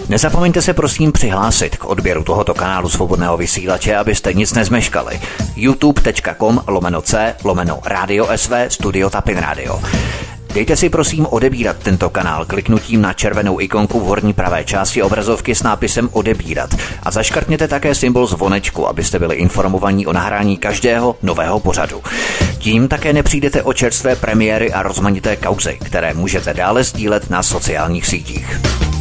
Nezapomeňte se prosím přihlásit k odběru tohoto kanálu Svobodného vysílače, abyste nic nezmeškali. youtube.com/c/Radio SV Studio Tapin Radio. Dejte si prosím odebírat tento kanál kliknutím na červenou ikonku v horní pravé části obrazovky s nápisem odebírat a zaškrtněte také symbol zvonečku, abyste byli informovaní o nahrání každého nového pořadu. Tím také nepřijdete o čerstvé premiéry a rozmanité kauzy, které můžete dále sdílet na sociálních sítích.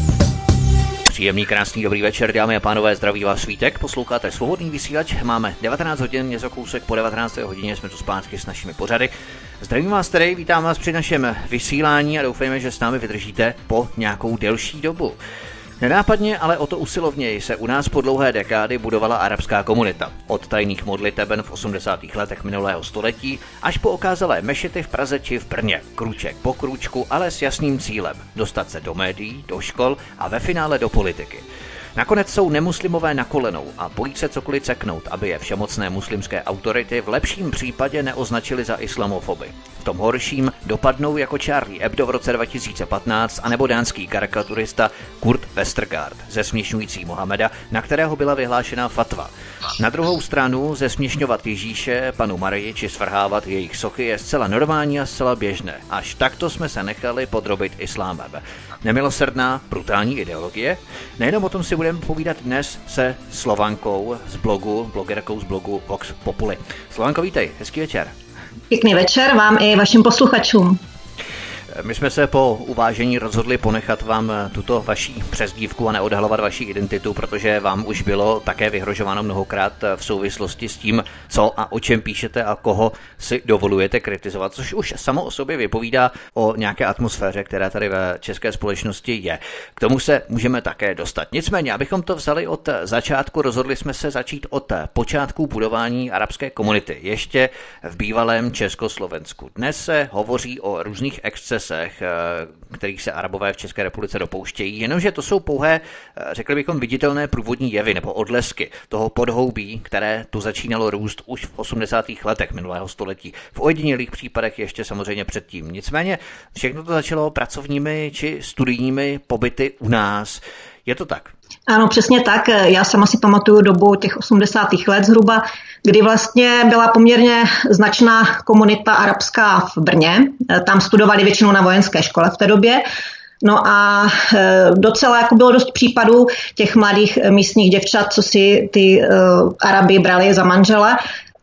Příjemný, krásný, dobrý večer, dámy a pánové, zdraví vás Svítek, posloucháte Svobodný vysílač, máme 19 hodin, něco kousek po 19. hodině, jsme tu zpátky s našimi pořady. Zdravím vás tedy, vítám vás při našem vysílání a doufejme, že s námi vydržíte po nějakou delší dobu. Nenápadně, ale o to usilovněji se u nás po dlouhé dekády budovala arabská komunita. Od tajných modliteben v 80. letech minulého století až po okázalé mešity v Praze či v Brně. Krůček po krůčku, ale s jasným cílem. Dostat se do médií, do škol a ve finále do politiky. Nakonec jsou nemuslimové na kolenou a bojí se cokoliv ceknout, aby je všemocné muslimské autority v lepším případě neoznačili za islamofoby. V tom horším dopadnou jako Charlie Hebdo v roce 2015 anebo dánský karikaturista Kurt Westergaard, zesměšňující Mohameda, na kterého byla vyhlášena fatva. Na druhou stranu zesměšňovat Ježíše, panu Marii či svrhávat jejich sochy je zcela normální a zcela běžné. Až takto jsme se nechali podrobit islámem. Nemilosrdná, brutální ideologie? Nejenom o tom si budeme povídat dnes se Slovankou z blogerkou z blogu Vox Populi. Slovanko, vítej, hezký večer. Pěkný večer vám i vašim posluchačům. My jsme se po uvážení rozhodli ponechat vám tuto vaší přezdívku a neodhalovat vaši identitu, protože vám už bylo také vyhrožováno mnohokrát v souvislosti s tím, co a o čem píšete a koho si dovolujete kritizovat, což už samo o sobě vypovídá o nějaké atmosféře, která tady ve české společnosti je. K tomu se můžeme také dostat. Nicméně, abychom to vzali od začátku, rozhodli jsme se začít od počátku budování arabské komunity, ještě v bývalém Československu. Dnes se hovoří o různých excesech, kterých se Arabové v České republice dopouštějí, jenomže to jsou pouhé, řekli bychom, viditelné průvodní jevy nebo odlesky toho podhoubí, které tu začínalo růst už v 80. letech minulého století. V ojedinělých případech ještě samozřejmě předtím. Nicméně všechno to začalo pracovními či studijními pobyty u nás. Je to tak? Ano, přesně tak. Já sama si pamatuju dobu těch 80. let zhruba, kdy vlastně byla poměrně značná komunita arabská v Brně. Tam studovali většinou na vojenské škole v té době. No a docela jako bylo dost případů těch mladých místních děvčat, co si ty Araby brali za manžele.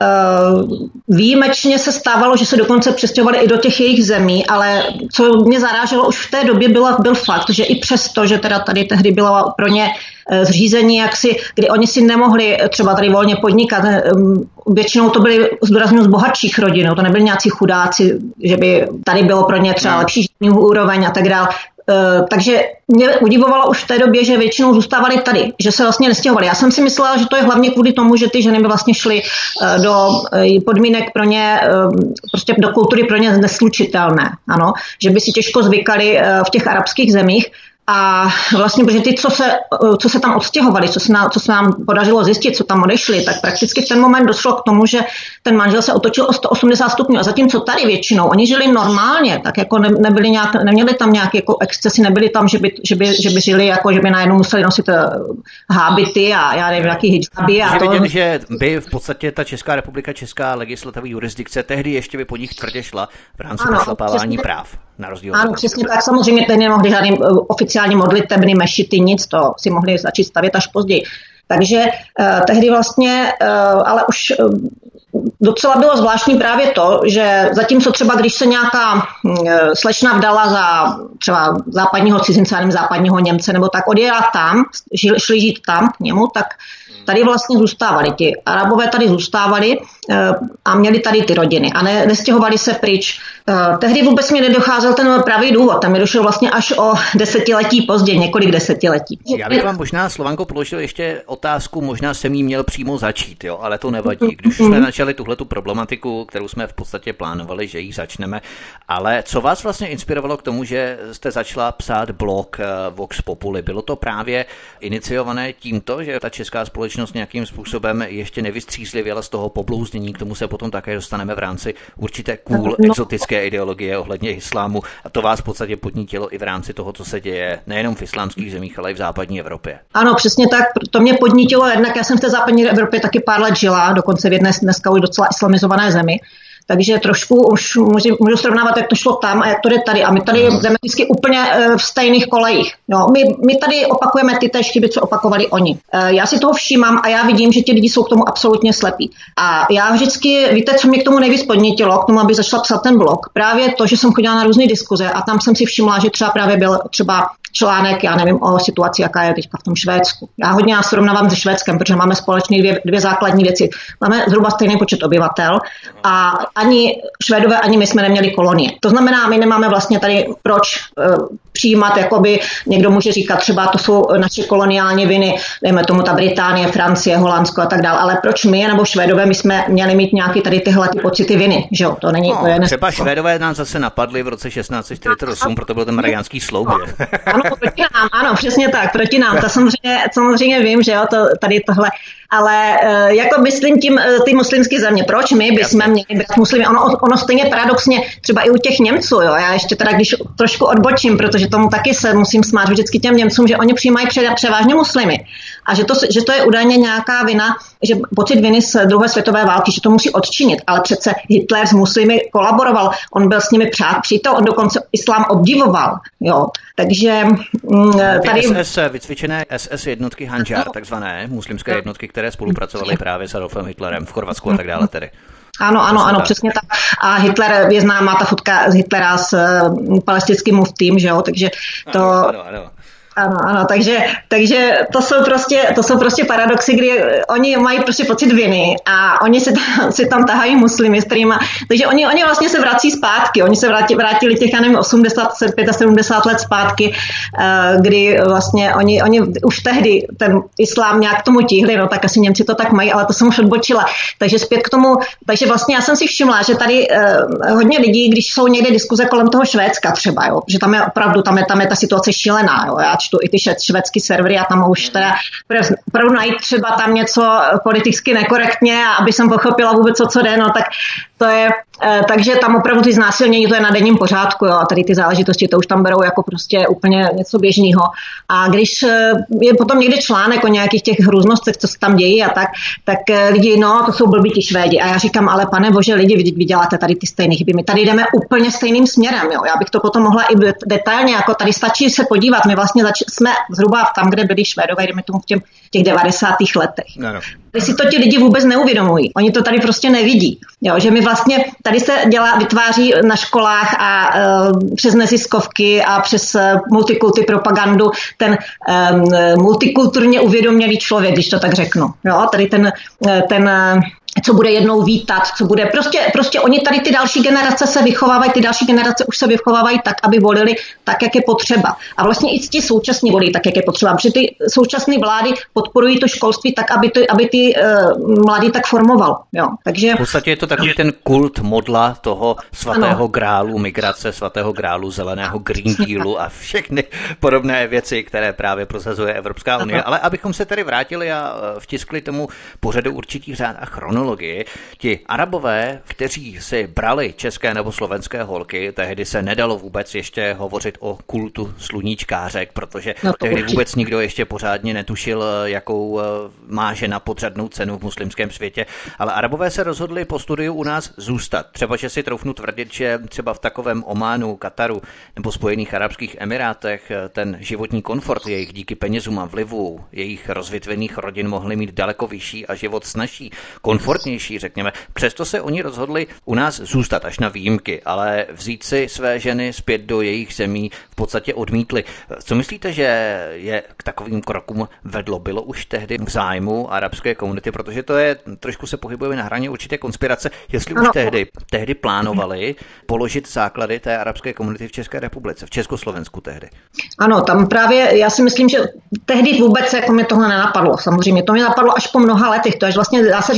Výjimečně se stávalo, že se dokonce přestěhovali i do těch jejich zemí, ale co mě zaráželo už v té době byl fakt, že i přesto, že teda tady tehdy bylo pro ně zřízení jaksi, kdy oni si nemohli třeba tady volně podnikat, většinou to byly zdůrazňuji z bohatších rodin, to nebyli nějací chudáci, že by tady bylo pro ně třeba lepší životní úroveň a tak dále. Takže mě udivovalo už v té době, že většinou zůstávali tady, že se vlastně nestěhovali. Já jsem si myslela, že to je hlavně kvůli tomu, že ty ženy by vlastně šly do podmínek pro ně, prostě do kultury pro ně neslučitelné. Ano, že by si těžko zvykali v těch arabských zemích. A vlastně, protože ty, co se tam odstěhovali, co se nám podařilo zjistit, co tam odešli, tak prakticky v ten moment došlo k tomu, že ten manžel se otočil o 180 stupňů. A zatímco tady většinou oni žili normálně, tak jako neměli tam nějaké jako excesy, nebyli tam, že by žili jako, že by najednou museli nosit hábity a já nevím, jaký hijaby. A vidět, že by v podstatě ta Česká republika, česká legislativní jurisdikce tehdy ještě by po nich tvrdě šla v rámci pošlapávání práv. Ano, přesně tak. Samozřejmě tehdy nemohli žádný oficiální modlitebny, mešity, nic, to si mohli začít stavět až později. Takže tehdy vlastně, ale už docela bylo zvláštní právě to, že zatímco třeba, když se nějaká slečna vdala za třeba západního cizince, nevím, západního Němce, nebo tak odjela tam, šli žít tam k němu, tak tady vlastně zůstávali. Ti Arabové tady zůstávali a měli tady ty rodiny a nestěhovali se pryč. Tehdy vůbec mi nedocházel ten pravý důvod, tam mi došel vlastně až o desetiletí později, několik desetiletí. Já bych vám možná, Slovanko, položil ještě otázku, možná jsem jí měl přímo začít, jo, ale to nevadí. Když jsme začali tuhletu problematiku, kterou jsme v podstatě plánovali, že ji začneme, ale co vás vlastně inspirovalo k tomu, že jste začala psát blog Vox Populi? Bylo to právě iniciované tímto, že ta česká společnost nějakým způsobem ještě nevystřízlivěla z toho poblouznění, k tomu se potom také dostaneme v rámci určité exotické politické ideologie ohledně islámu a to vás v podstatě podnítilo i v rámci toho, co se děje nejenom v islámských zemích, ale i v západní Evropě. Ano, přesně tak. To mě podnítilo, jednak já jsem v té západní Evropě taky pár let žila, dokonce v jedné dneska už docela islamizované zemi. Takže trošku už můžu srovnávat, jak to šlo tam a jak to jde tady. A my tady jdeme vždycky úplně v stejných kolejích. No, my tady opakujeme ty též chyby, co opakovali oni. Já si toho všímám a já vidím, že ti lidi jsou k tomu absolutně slepí. A já vždycky, víte, co mě k tomu nejvíc podnítilo, k tomu, aby začala psát ten blog? Právě to, že jsem chodila na různé diskuze a tam jsem si všimla, že třeba právě byl třeba článek, já nevím, o situaci, jaká je teďka v tom Švédsku. Já hodně nás srovnávám se Švédskem, protože máme společné dvě základní věci. Máme zhruba stejný počet obyvatel a ani Švédové, ani my jsme neměli kolonie. To znamená, my nemáme vlastně tady proč přijímat, jakoby někdo může říkat, třeba to jsou naše koloniální viny, dejme tomu ta Británie, Francie, Holandsko a tak dále, ale proč my nebo Švédové, my jsme měli mít nějaký tady tyhle ty pocity viny, že jo? To není, to je třeba Švédové nás zase napadli v roce 1648, proto byl ten Mariánský sloup. Ano, proti nám, ano, přesně tak, proti nám. To samozřejmě vím, že jo, tady tohle. Ale jako myslím tím ty muslimské země, proč my bychom měli brát muslimy? Ono stejně paradoxně, třeba i u těch Němců, jo, já ještě teda, když trošku odbočím, protože tomu taky se musím smát vždycky těm Němcům, že oni přijímají převážně muslimy. A že to je údajně nějaká vina, že pocit viny z druhé světové války, že to musí odčinit. Ale přece Hitler s muslimy kolaboroval, on byl s nimi přítel, on dokonce islám obdivoval. Jo. Takže tady... vycvičené SS jednotky Handžar, takzvané muslimské jednotky, které spolupracovaly právě s Adolfem Hitlerem v Chorvatsku a tak dále tedy. Ano, přesně tak. A Hitler je známá ta fotka z Hitlera s palestinským muftým, že jo, takže to... Ano. Ano, takže to jsou prostě paradoxy, kdy oni mají prostě pocit viny a oni si tam tahají muslimy, s kterýma, takže oni vlastně se vrací zpátky, oni se vrátili těch, já nevím, 70 let zpátky, kdy vlastně oni už tehdy ten islám nějak tomu tíhli, no tak asi Němci to tak mají, ale to jsem už odbočila. Takže zpět k tomu, takže vlastně já jsem si všimla, že tady hodně lidí, když jsou někde diskuze kolem toho Švédska třeba, jo, že tam je opravdu, tam je ta situace šílená, jo, já čtu i ty švédský servery a tam už teda opravdu najít třeba tam něco politicky nekorektně, a aby jsem pochopila vůbec, co jde, no tak to je, takže tam opravdu ty znásilnění, to je na denním pořádku, jo, a tady ty záležitosti, to už tam berou jako prostě úplně něco běžného. A když je potom někde článek o nějakých těch hrůznostech, co se tam dějí a tak lidi, no, to jsou blbí ti Švédi. A já říkám, ale pane bože, lidi, vy děláte tady ty stejné chyby, my tady jdeme úplně stejným směrem, jo. Já bych to potom mohla i detailně, jako tady stačí se podívat, my vlastně jsme zhruba tam, kde byli Švédové, jdeme tomu v těch 90. letech. No. Když si to ti lidi vůbec neuvědomují. Oni to tady prostě nevidí. Jo, že my vlastně tady se vytváří na školách a přes neziskovky a přes multikulty propagandu ten multikulturně uvědomělý člověk, když to tak řeknu. Jo, tady ten co bude jednou vítat, co bude prostě oni tady ty další generace už se vychovávají tak, aby volili tak, jak je potřeba. A vlastně i ti současní volí tak, jak je potřeba, protože ty současné vlády podporují to školství tak, aby ty mladí tak formoval. Jo. Takže... V podstatě je to takový ten kult modla toho svatého grálu migrace, svatého grálu zeleného Green Dealu a všechny podobné věci, které právě prosazuje Evropská unie. Ale abychom se tady vrátili a vtiskli tomu pořadu určitých řád a chronologii, ti Arabové, kteří si brali české nebo slovenské holky, tehdy se nedalo vůbec ještě hovořit o kultu sluníčkářek, protože tehdy vůbec nikdo ještě pořádně netušil, jakou má žena podřadnou cenu v muslimském světě, ale Arabové se rozhodli po studiu u nás zůstat. Třeba, že si troufnu tvrdit, že třeba v takovém Ománu, Kataru nebo Spojených arabských emirátech ten životní komfort jejich díky penězům a vlivu jejich rozvětvených rodin mohli mít daleko vyšší a život snazší, komfortnější, řekněme. Přesto se oni rozhodli u nás zůstat až na výjimky, ale vzít si své ženy zpět do jejich zemí v podstatě odmítli. Co myslíte, že je k takovým krokům vedlo? Bylo už tehdy k zájmu arabské komunity, protože to je, trošku se pohybujeme na hraně určité konspirace, jestli už tehdy plánovali položit základy té arabské komunity v České republice, v Československu tehdy. Ano, tam právě, já si myslím, že tehdy vůbec jako mě tohle nenapadlo. Samozřejmě to mě napadlo až po mnoha letech, to až vlastně dá se říct tak možná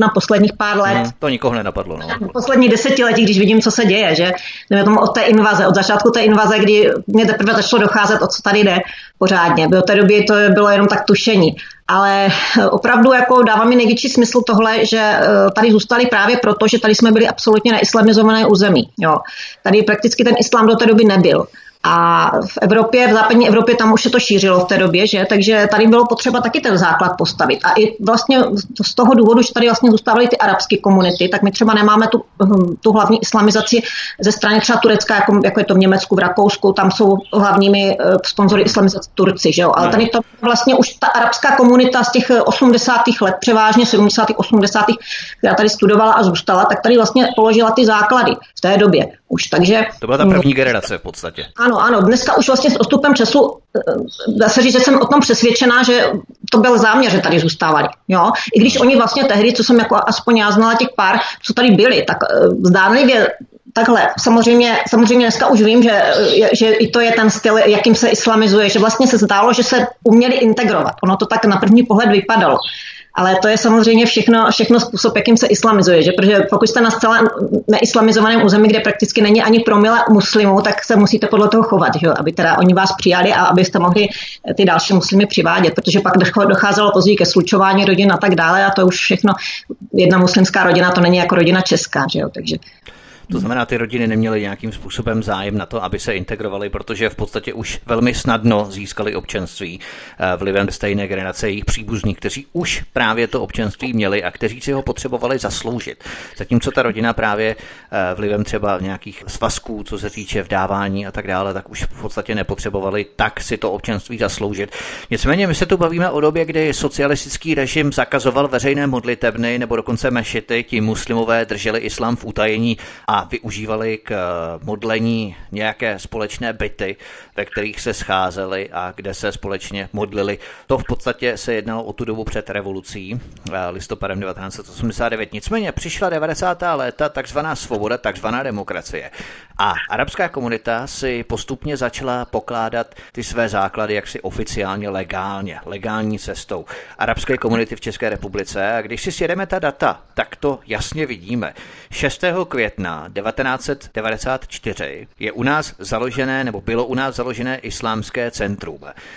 možná posledních pár let. To nikoho nenapadlo. No. Poslední desetiletí, když vidím, co se děje, že tomu od té invaze, od začátku té invaze, kdy mě teprve začalo docházet, o co tady jde pořádně. Do té doby to bylo jenom tak tušení. Ale opravdu jako dává mi největší smysl tohle, že tady zůstali právě proto, že tady jsme byli absolutně neislamizované území. Jo. Tady prakticky ten islám do té doby nebyl. A v Evropě, v západní Evropě, tam už se to šířilo v té době, že? Takže tady bylo potřeba taky ten základ postavit. A i vlastně z toho důvodu, že tady vlastně zůstávaly ty arabské komunity, tak my třeba nemáme tu hlavní islamizaci ze strany třeba Turecka, jako je to v Německu, v Rakousku, tam jsou hlavními sponzory islamizace Turci, že jo? Ale tady to vlastně už ta arabská komunita z těch 80. let, převážně 70. 80. která tady studovala a zůstala, tak tady vlastně položila ty základy v té době už. Takže to byla ta první generace v podstatě. Ano, dneska už vlastně s odstupem času dá se říct, že jsem o tom přesvědčená, že to byl záměr, že tady zůstávali. Jo? I když oni vlastně tehdy, co jsem jako aspoň já znala těch pár, co tady byli, tak zdánlivě takhle. Samozřejmě dneska už vím, že i to je ten styl, jakým se islamizuje, že vlastně se zdálo, že se uměli integrovat. Ono to tak na první pohled vypadalo. Ale to je samozřejmě všechno způsob, jakým se islamizuje, že? Protože pokud jste na zcela neislamizovaném území, kde prakticky není ani promile muslimů, tak se musíte podle toho chovat, že? Aby teda oni vás přijali a abyste mohli ty další muslimy přivádět, protože pak docházelo později ke slučování rodin a tak dále a to už všechno, jedna muslimská rodina, to není jako rodina česká, že jo? Takže to znamená, ty rodiny neměly nějakým způsobem zájem na to, aby se integrovali, protože v podstatě už velmi snadno získali občanství vlivem stejné generace jejich příbuzných, kteří už právě to občanství měli a kteří si ho potřebovali zasloužit. Zatímco ta rodina právě vlivem třeba nějakých svazků, co se týče vdávání a tak dále, tak už v podstatě nepotřebovali tak si to občanství zasloužit. Nicméně my se tu bavíme o době, kdy socialistický režim zakazoval veřejné modlitebny nebo dokonce mešity, ti muslimové drželi islám v utajení a využívali k modlení nějaké společné byty, ve kterých se scházeli a kde se společně modlili. To v podstatě se jednalo o tu dobu před revolucí, listopadem 1989. Nicméně přišla 90. léta, takzvaná svoboda, takzvaná demokracie. A arabská komunita si postupně začala pokládat ty své základy jaksi oficiálně legální cestou. Arabské komunity v České republice, a když si sjedeme ta data, tak to jasně vidíme. 6. května 1994 je u nás založené, nebo bylo u nás založené islámské centrum.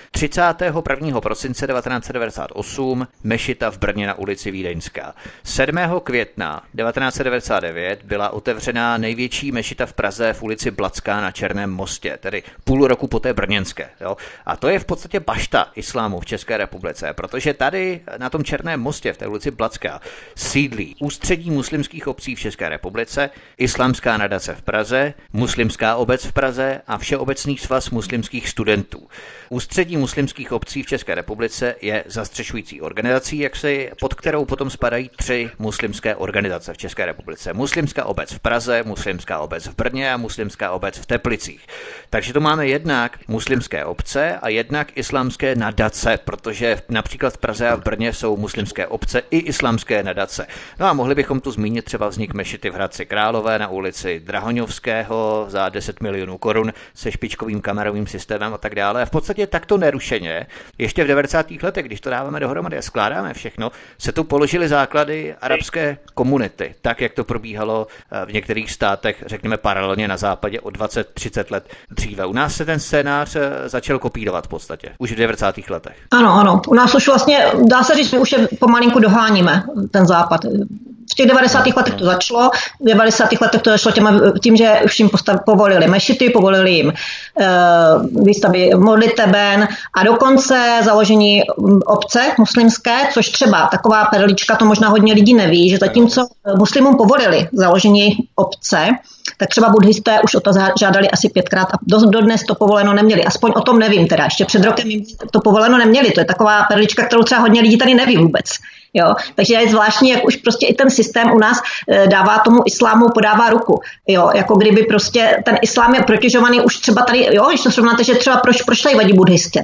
31. prosince 1998 mešita v Brně na ulici Vídeňská. 7. května 1999 byla otevřená největší mešita v Praze v ulici Blatská na Černém mostě, tedy půl roku po té brněnské. Jo? A to je v podstatě bašta islámu v České republice, protože tady na tom Černém mostě v té ulici Blatská sídlí ústředí muslimských obcí v České republice, Islámská nadace v Praze, Muslimská obec v Praze a Všeobecný svaz muslimských studentů. Ústředí muslimských obcí v České republice je zastřešující organizací, pod kterou potom spadají 3 muslimské organizace v České republice. Muslimská obec v Praze, Muslimská obec v Brně a Muslimská obec v Teplicích. Takže to máme jednak muslimské obce a jednak islámské nadace, protože například v Praze a v Brně jsou muslimské obce i islámské nadace. No a mohli bychom tu zmínit třeba vznik mešity v Hradci Králové na ulici Drahoňovského za 10 milionů korun se špičkovým kamerovým systémem a tak dále. A v podstatě takto nerušeně, ještě v 90. letech, když to dáváme dohromady a skládáme všechno, se tu položily základy arabské komunity, tak jak to probíhalo v některých státech, řekněme paralelně na západě o 20-30 let dříve. U nás se ten scénář začal kopírovat v podstatě, už v 90. letech. Ano. U nás už vlastně, dá se říct, my už je pomalinku doháníme, ten západ. V těch 90. letech to začalo, v 90. letech to začalo tím, že už jim povolili mešity, povolili jim výstavy modliteben a dokonce založení obce muslimské, což třeba taková perlička, to možná hodně lidí neví, že zatímco muslimům povolili založení obce, tak třeba buddhisté už o to žádali asi 5krát a dodnes to povoleno neměli. Aspoň o tom nevím teda. Ještě před rokem to povoleno neměli. To je taková perlička, kterou třeba hodně lidí tady neví vůbec. Jo? Takže je zvláštní, jak už prostě i ten systém u nás dává tomu islámu, podává ruku. Jo? Jako kdyby prostě ten islám je protěžovaný už třeba tady, jo? Když to srovnáte, že třeba proč tady vadí buddhistě?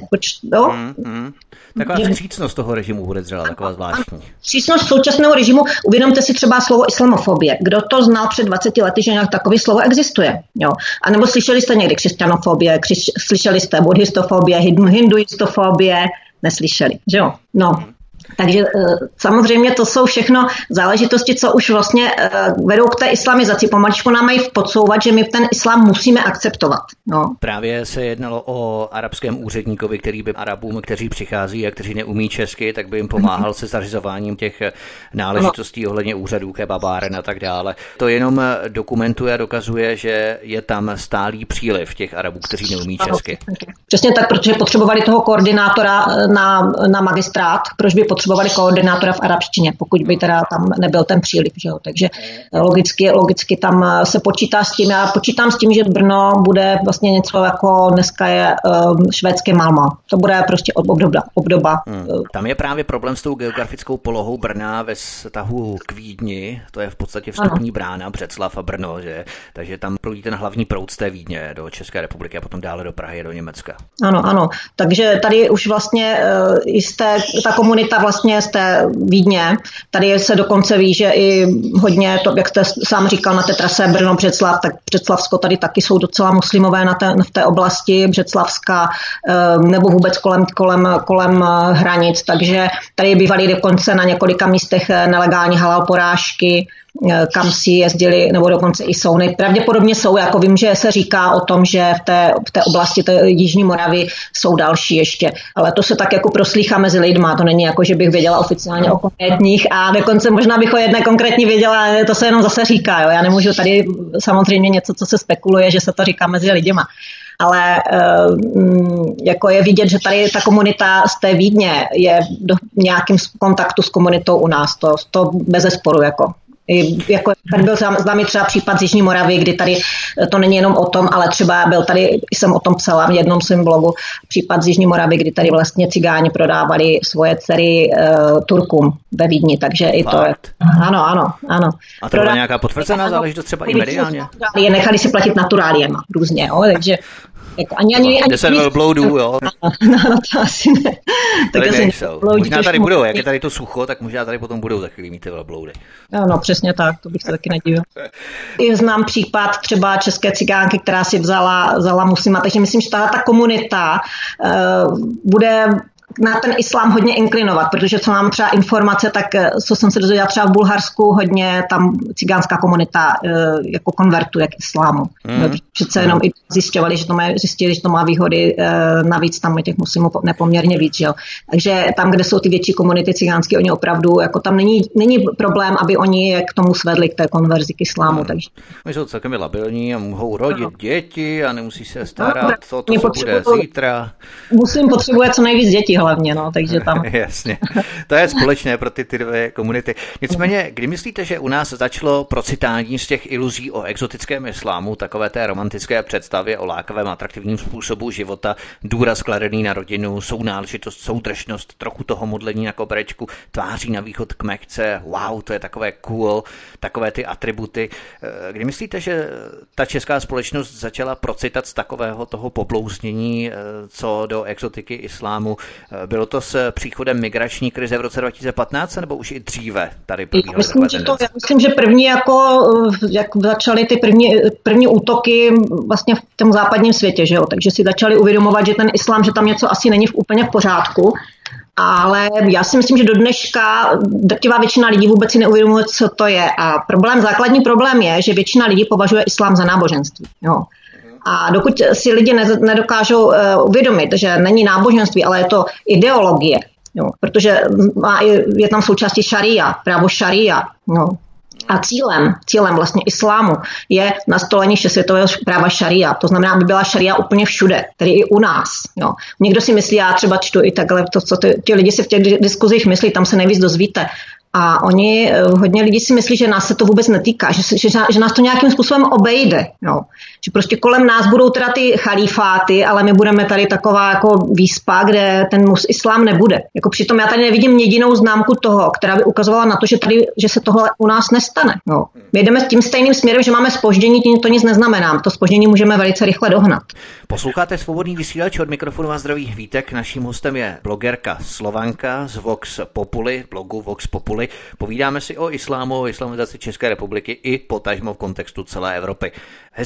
Taková vstřícnost toho režimu bude třeba taková zvláštní. Vstřícnost současného režimu, uvědomte si třeba slovo islamofobie. Kdo to znal před 20 lety, že nějak takové slovo existuje? Jo? A nebo slyšeli jste někdy křesťanofobie, slyšeli jste buddhistofobie, hinduistofobie, neslyšeli, že jo? No. Takže samozřejmě to jsou všechno záležitosti, co už vlastně vedou k té islamizaci. Pomaličku nám mají podsouvat, že my ten islám musíme akceptovat. No. Právě se jednalo o arabském úředníkovi, který by Arabům, kteří přichází a kteří neumí česky, tak by jim pomáhal se zařizováním těch náležitostí ohledně úřadů, kebabáren a tak dále. To jenom dokumentuje a dokazuje, že je tam stálý příliv těch Arabů, kteří neumí česky. Přesně tak, protože potřebovali toho koordinátora na magistrát, proč by potřebovali koordinátora v arabštině, pokud by teda tam nebyl ten příliv. Že jo? Takže logicky tam se počítá s tím. Já počítám s tím, že Brno bude vlastně něco jako dneska je švédské Malmö. To bude prostě obdoba. Tam je právě problém s tou geografickou polohou Brna ve vztahu k Vídni. To je v podstatě vstupní brána Břeclav a Brno, že? Takže tam proudí ten hlavní proud z té Vídně do České republiky a potom dále do Prahy a do Německa. Ano. Takže tady už vlastně ta komunita vlastně z té Vídně, tady se dokonce ví, že i hodně, to, jak jste sám říkal, na té trase Brno-Břeclav, tak Břeclavsko tady taky jsou docela muslimové v té oblasti Břeclavska nebo vůbec kolem hranic, takže tady bývaly dokonce na několika místech nelegální halal porážky, kam si jezdili, nebo dokonce i jsou. Pravděpodobně jsou, jako vím, že se říká o tom, že v té oblasti té Jižní Moravy jsou další ještě, ale to se tak jako proslýchá mezi lidma, to není jako, že bych věděla oficiálně o konkrétních a dokonce možná bych o jedné konkrétní věděla, ale to se jenom zase říká, jo. Já nemůžu tady samozřejmě něco, co se spekuluje, že se to říká mezi lidma. Ale jako je vidět, že tady ta komunita z té Vídně je do nějakým kontaktu s komunitou u nás, to bezesporu jako. Jako tady byl známý třeba případ z Jižní Moravy, kdy tady to není jenom o tom, ale třeba byl tady, jsem o tom psala v jednom svém blogu, případ z Jižní Moravy, kdy tady vlastně cigáni prodávali svoje dcery Turkům ve Vídni, takže i to je. Ano. A to byla nějaká potvrzená záležitost třeba i mediálně? Je nechali si platit naturáliema různě, jo, takže jako ani 10 velbloudů, jo. No, to asi ne. Tady nejsou. Možná tady budou, jak je tady to sucho, tak možná tady potom budou za chvíli mít ty velbloudy. No, přesně tak, to bych se taky nedivil. Znám případ třeba české cigánky, která si vzala muslima, takže myslím, že ta komunita bude na ten islám hodně inklinovat, protože co mám třeba informace, tak co jsem se dozvěděla třeba v Bulharsku, hodně tam cigánská komunita jako konvertuje k islámu. Přece jenom i zjistili, že to má výhody, navíc tam těch muslimů nepoměrně víc. Že jo. Takže tam, kde jsou ty větší komunity cigánské, oni opravdu, jako tam není problém, aby oni je k tomu svedli, k té konverzi k islámu. Takže. Oni jsou celkem labilní a mohou rodit děti a nemusí se starat o to, co bude zítra. Muslim potřebuje co nejvíc dětí hlavně, no, takže tam. Jasně, to je společné pro ty dvě komunity. Nicméně, kdy myslíte, že u nás začalo procitání z těch iluzí o exotickém islámu, takové té romantické představě o lákavém atraktivním způsobu života, důraz kladený na rodinu, sounáležitost, soudržnost, trochu toho modlení na koberečku, tváří na východ k Mekce, wow, to je takové cool, takové ty atributy. Kdy myslíte, že ta česká společnost začala procitat z takového toho poblouznění, co do exotiky islámu? Bylo to s příchodem migrační krize v roce 2015, nebo už i dříve tady probíhaly? Já myslím, že první jak začaly ty první útoky vlastně v tom západním světě, že jo? Takže si začali uvědomovat, že ten islám, že tam něco asi není úplně v pořádku. Ale já si myslím, že do dneška drtivá většina lidí vůbec si neuvědomuje, co to je. A základní problém je, že většina lidí považuje islám za náboženství. Jo. A dokud si lidi nedokážou uvědomit, že není náboženství, ale je to ideologie, jo, protože je tam součástí šaria, právo šaria. Jo. A cílem vlastně islámu je nastolení všesvětového práva šaria. To znamená, aby byla šaria úplně všude, tedy i u nás. Jo. Někdo si myslí, já třeba čtu i takhle, to, co ti lidi si v těch diskuzích myslí, tam se nejvíc dozvíte. A hodně lidí si myslí, že nás se to vůbec netýká, že nás to nějakým způsobem obejde. Jo. Že prostě kolem nás budou teda ty chalífáty, ale my budeme tady taková jako výspa, kde ten islám nebude. Jako přitom já tady nevidím jedinou známku toho, která by ukazovala na to, že se tohle u nás nestane. Jo. My jdeme tím stejným směrem, že máme zpoždění, to nic neznamená. To zpoždění můžeme velice rychle dohnat. Posloucháte Svobodný vysílač, od mikrofonu vás zdraví Vítek. Naším hostem je blogerka Slovanka z Vox Populi, blogu Vox Populi. Povídáme si o islámu, o islamizaci České republiky i potažmo v kontextu celé Evropy. Hezký večer,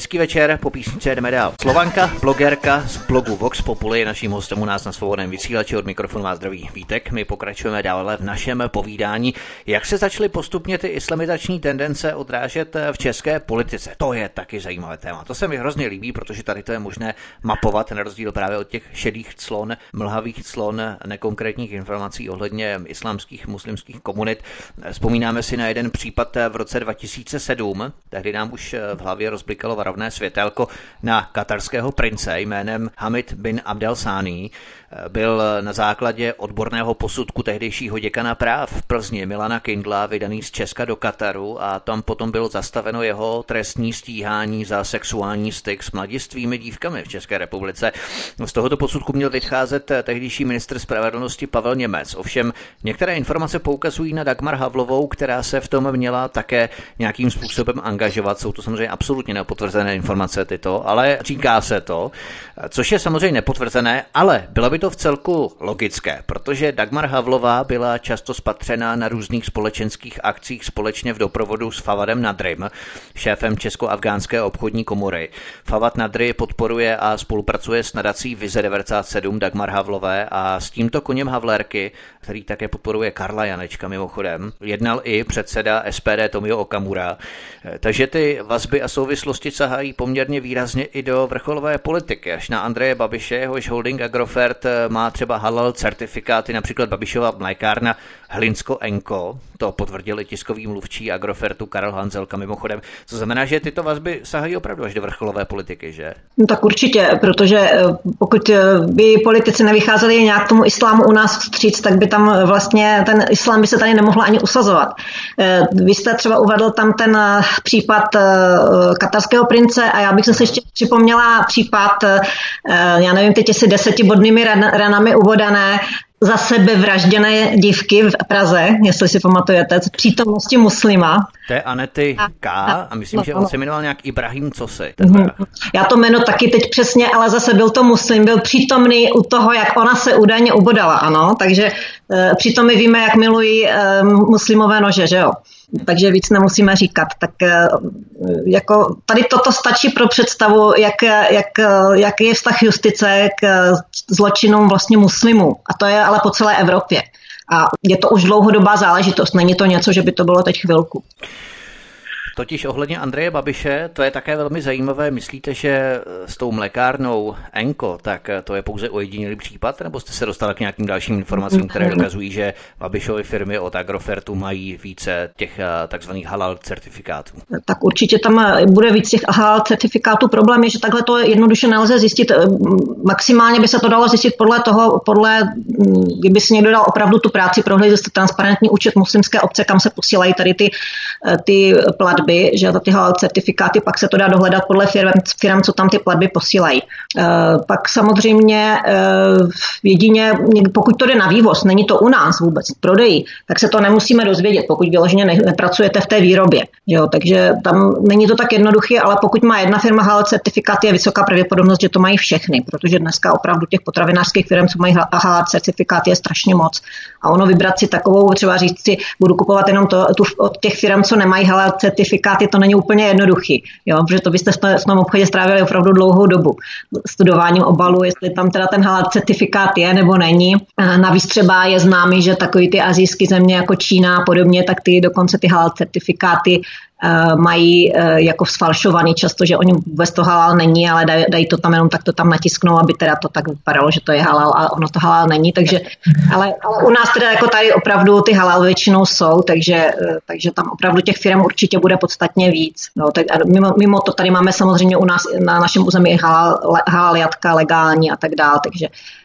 večer, po písničce jdeme dál. Slovanka, blogerka z blogu Vox Populi je naším hostem u nás na Svobodném vysílači. Od mikrofonu vás zdraví Vítek. My pokračujeme dále v našem povídání. Jak se začaly postupně ty islamizační tendence odrážet v české politice? To je taky zajímavé téma. To se mi hrozně líbí, protože tady to je možné mapovat, na rozdíl právě od těch šedých clon, mlhavých clon, nekonkrétních informací ohledně islámských, muslimských komunit. Vzpomínáme si na jeden případ v roce 2007. Tehdy nám už v hlavě rozblikalo varovné světélko na katarského prince jménem Hamid bin Abdel Sani. Byl na základě odborného posudku tehdejšího děkana práv v Plzni Milana Kindla vydaný z Česka do Kataru a tam potom bylo zastaveno jeho trestní stíhání za sexuální styk s mladistvými dívkami v České republice. Z tohoto posudku měl vycházet tehdejší ministr spravedlnosti Pavel Němec. Ovšem některé informace poukazují na Dagmar Havlovou, která se v tom měla také nějakým způsobem angažovat. Jsou to samozřejmě absolutně nepotvrzené informace tyto, ale říká se to, což je samozřejmě nepotvrzené, ale bylo by to v celku logické, protože Dagmar Havlová byla často spatřena na různých společenských akcích společně v doprovodu s Fawadem Nadrym, šéfem Česko-afgánské obchodní komory. Fawad Nadry podporuje a spolupracuje s nadací Vize 97 Dagmar Havlové a s tímto koněm Havlérky, který také podporuje Karla Janečka mimochodem, jednal i předseda SPD Tomio Okamura. Takže ty vazby a souvislosti sahají poměrně výrazně i do vrcholové politiky, až na Andreje Babiše, jehož holding Agrofert má třeba halal certifikáty, například Babišova mlékárna Hlinsko Enko, to potvrdil i tiskový mluvčí Agrofertu Karel Hanzelka mimochodem. Co znamená, že tyto vazby sahají opravdu až do vrcholové politiky, že? No tak určitě, protože pokud by politici nevycházeli nějak tomu islámu u nás vstříc, tak by tam vlastně ten islám by se tady nemohl ani usazovat. Vy jste třeba uvedl tam ten případ katarského prince a já bych se ještě připomněla případ, já nevím, teď asi 10bodnými ranami ubodané za sebevražděné dívky v Praze, jestli si pamatujete, z přítomnosti muslima. To je Anety K. a myslím, že on se jmenoval nějak Ibrahim Cosi. Já to jméno taky teď přesně, ale zase byl to muslim, byl přítomný u toho, jak ona se údajně ubodala, ano, takže přitom my víme, jak milují muslimové nože, že jo. Takže víc nemusíme říkat. Tak jako tady toto stačí pro představu, jak je vztah justice k zločinům vlastně muslimů. A to je ale po celé Evropě. A je to už dlouhodobá záležitost. Není to něco, že by to bylo teď chvilku. Totiž ohledně Andreje Babiše, to je také velmi zajímavé. Myslíte, že s tou mlékárnou Enko, tak to je pouze ojedinělý případ, nebo jste se dostala k nějakým dalším informacím, které dokazují, že Babišovy firmy od Agrofertu mají více těch takzvaných halal certifikátů? Tak určitě tam bude víc těch halal certifikátů. Problém je, že takhle to jednoduše nelze zjistit. Maximálně by se to dalo zjistit podle kdyby si někdo dal opravdu tu práci, prohlédl transparentní účet muslimské obce, kam se posílají tady ty platby, že ty halal certifikáty, pak se to dá dohledat podle firm, co tam ty platby posílají. Pak samozřejmě jedině, pokud to jde na vývoz, není to u nás vůbec prodeji, tak se to nemusíme dozvědět, pokud vyloženě nepracujete v té výrobě. Jo? Takže tam není to tak jednoduché, ale pokud má jedna firma halal certifikáty, je vysoká pravděpodobnost, že to mají všechny, protože dneska opravdu těch potravinářských firm, co mají halal certifikáty, je strašně moc. A ono vybrat si takovou, třeba říct si, budu kupovat jenom od těch firm, co nemají halal certifikáty, to není úplně jednoduchý, jo, protože to byste v tom obchodě strávili opravdu dlouhou dobu studováním obalu, jestli tam teda ten halal certifikát je nebo není. Navíc třeba je známý, že takový ty asijské země jako Čína a podobně, tak ty dokonce ty halal certifikáty mají jako sfalšovaný často, že oni vůbec to halal není, ale dají to tam jenom tak to tam natisknou, aby teda to tak vypadalo, že to je halal a ono to halal není, takže ale u nás teda jako tady opravdu ty halal většinou jsou, takže tam opravdu těch firm určitě bude podstatně víc. No, tak mimo to tady máme samozřejmě u nás na našem území halal jatka legální a tak dále, takže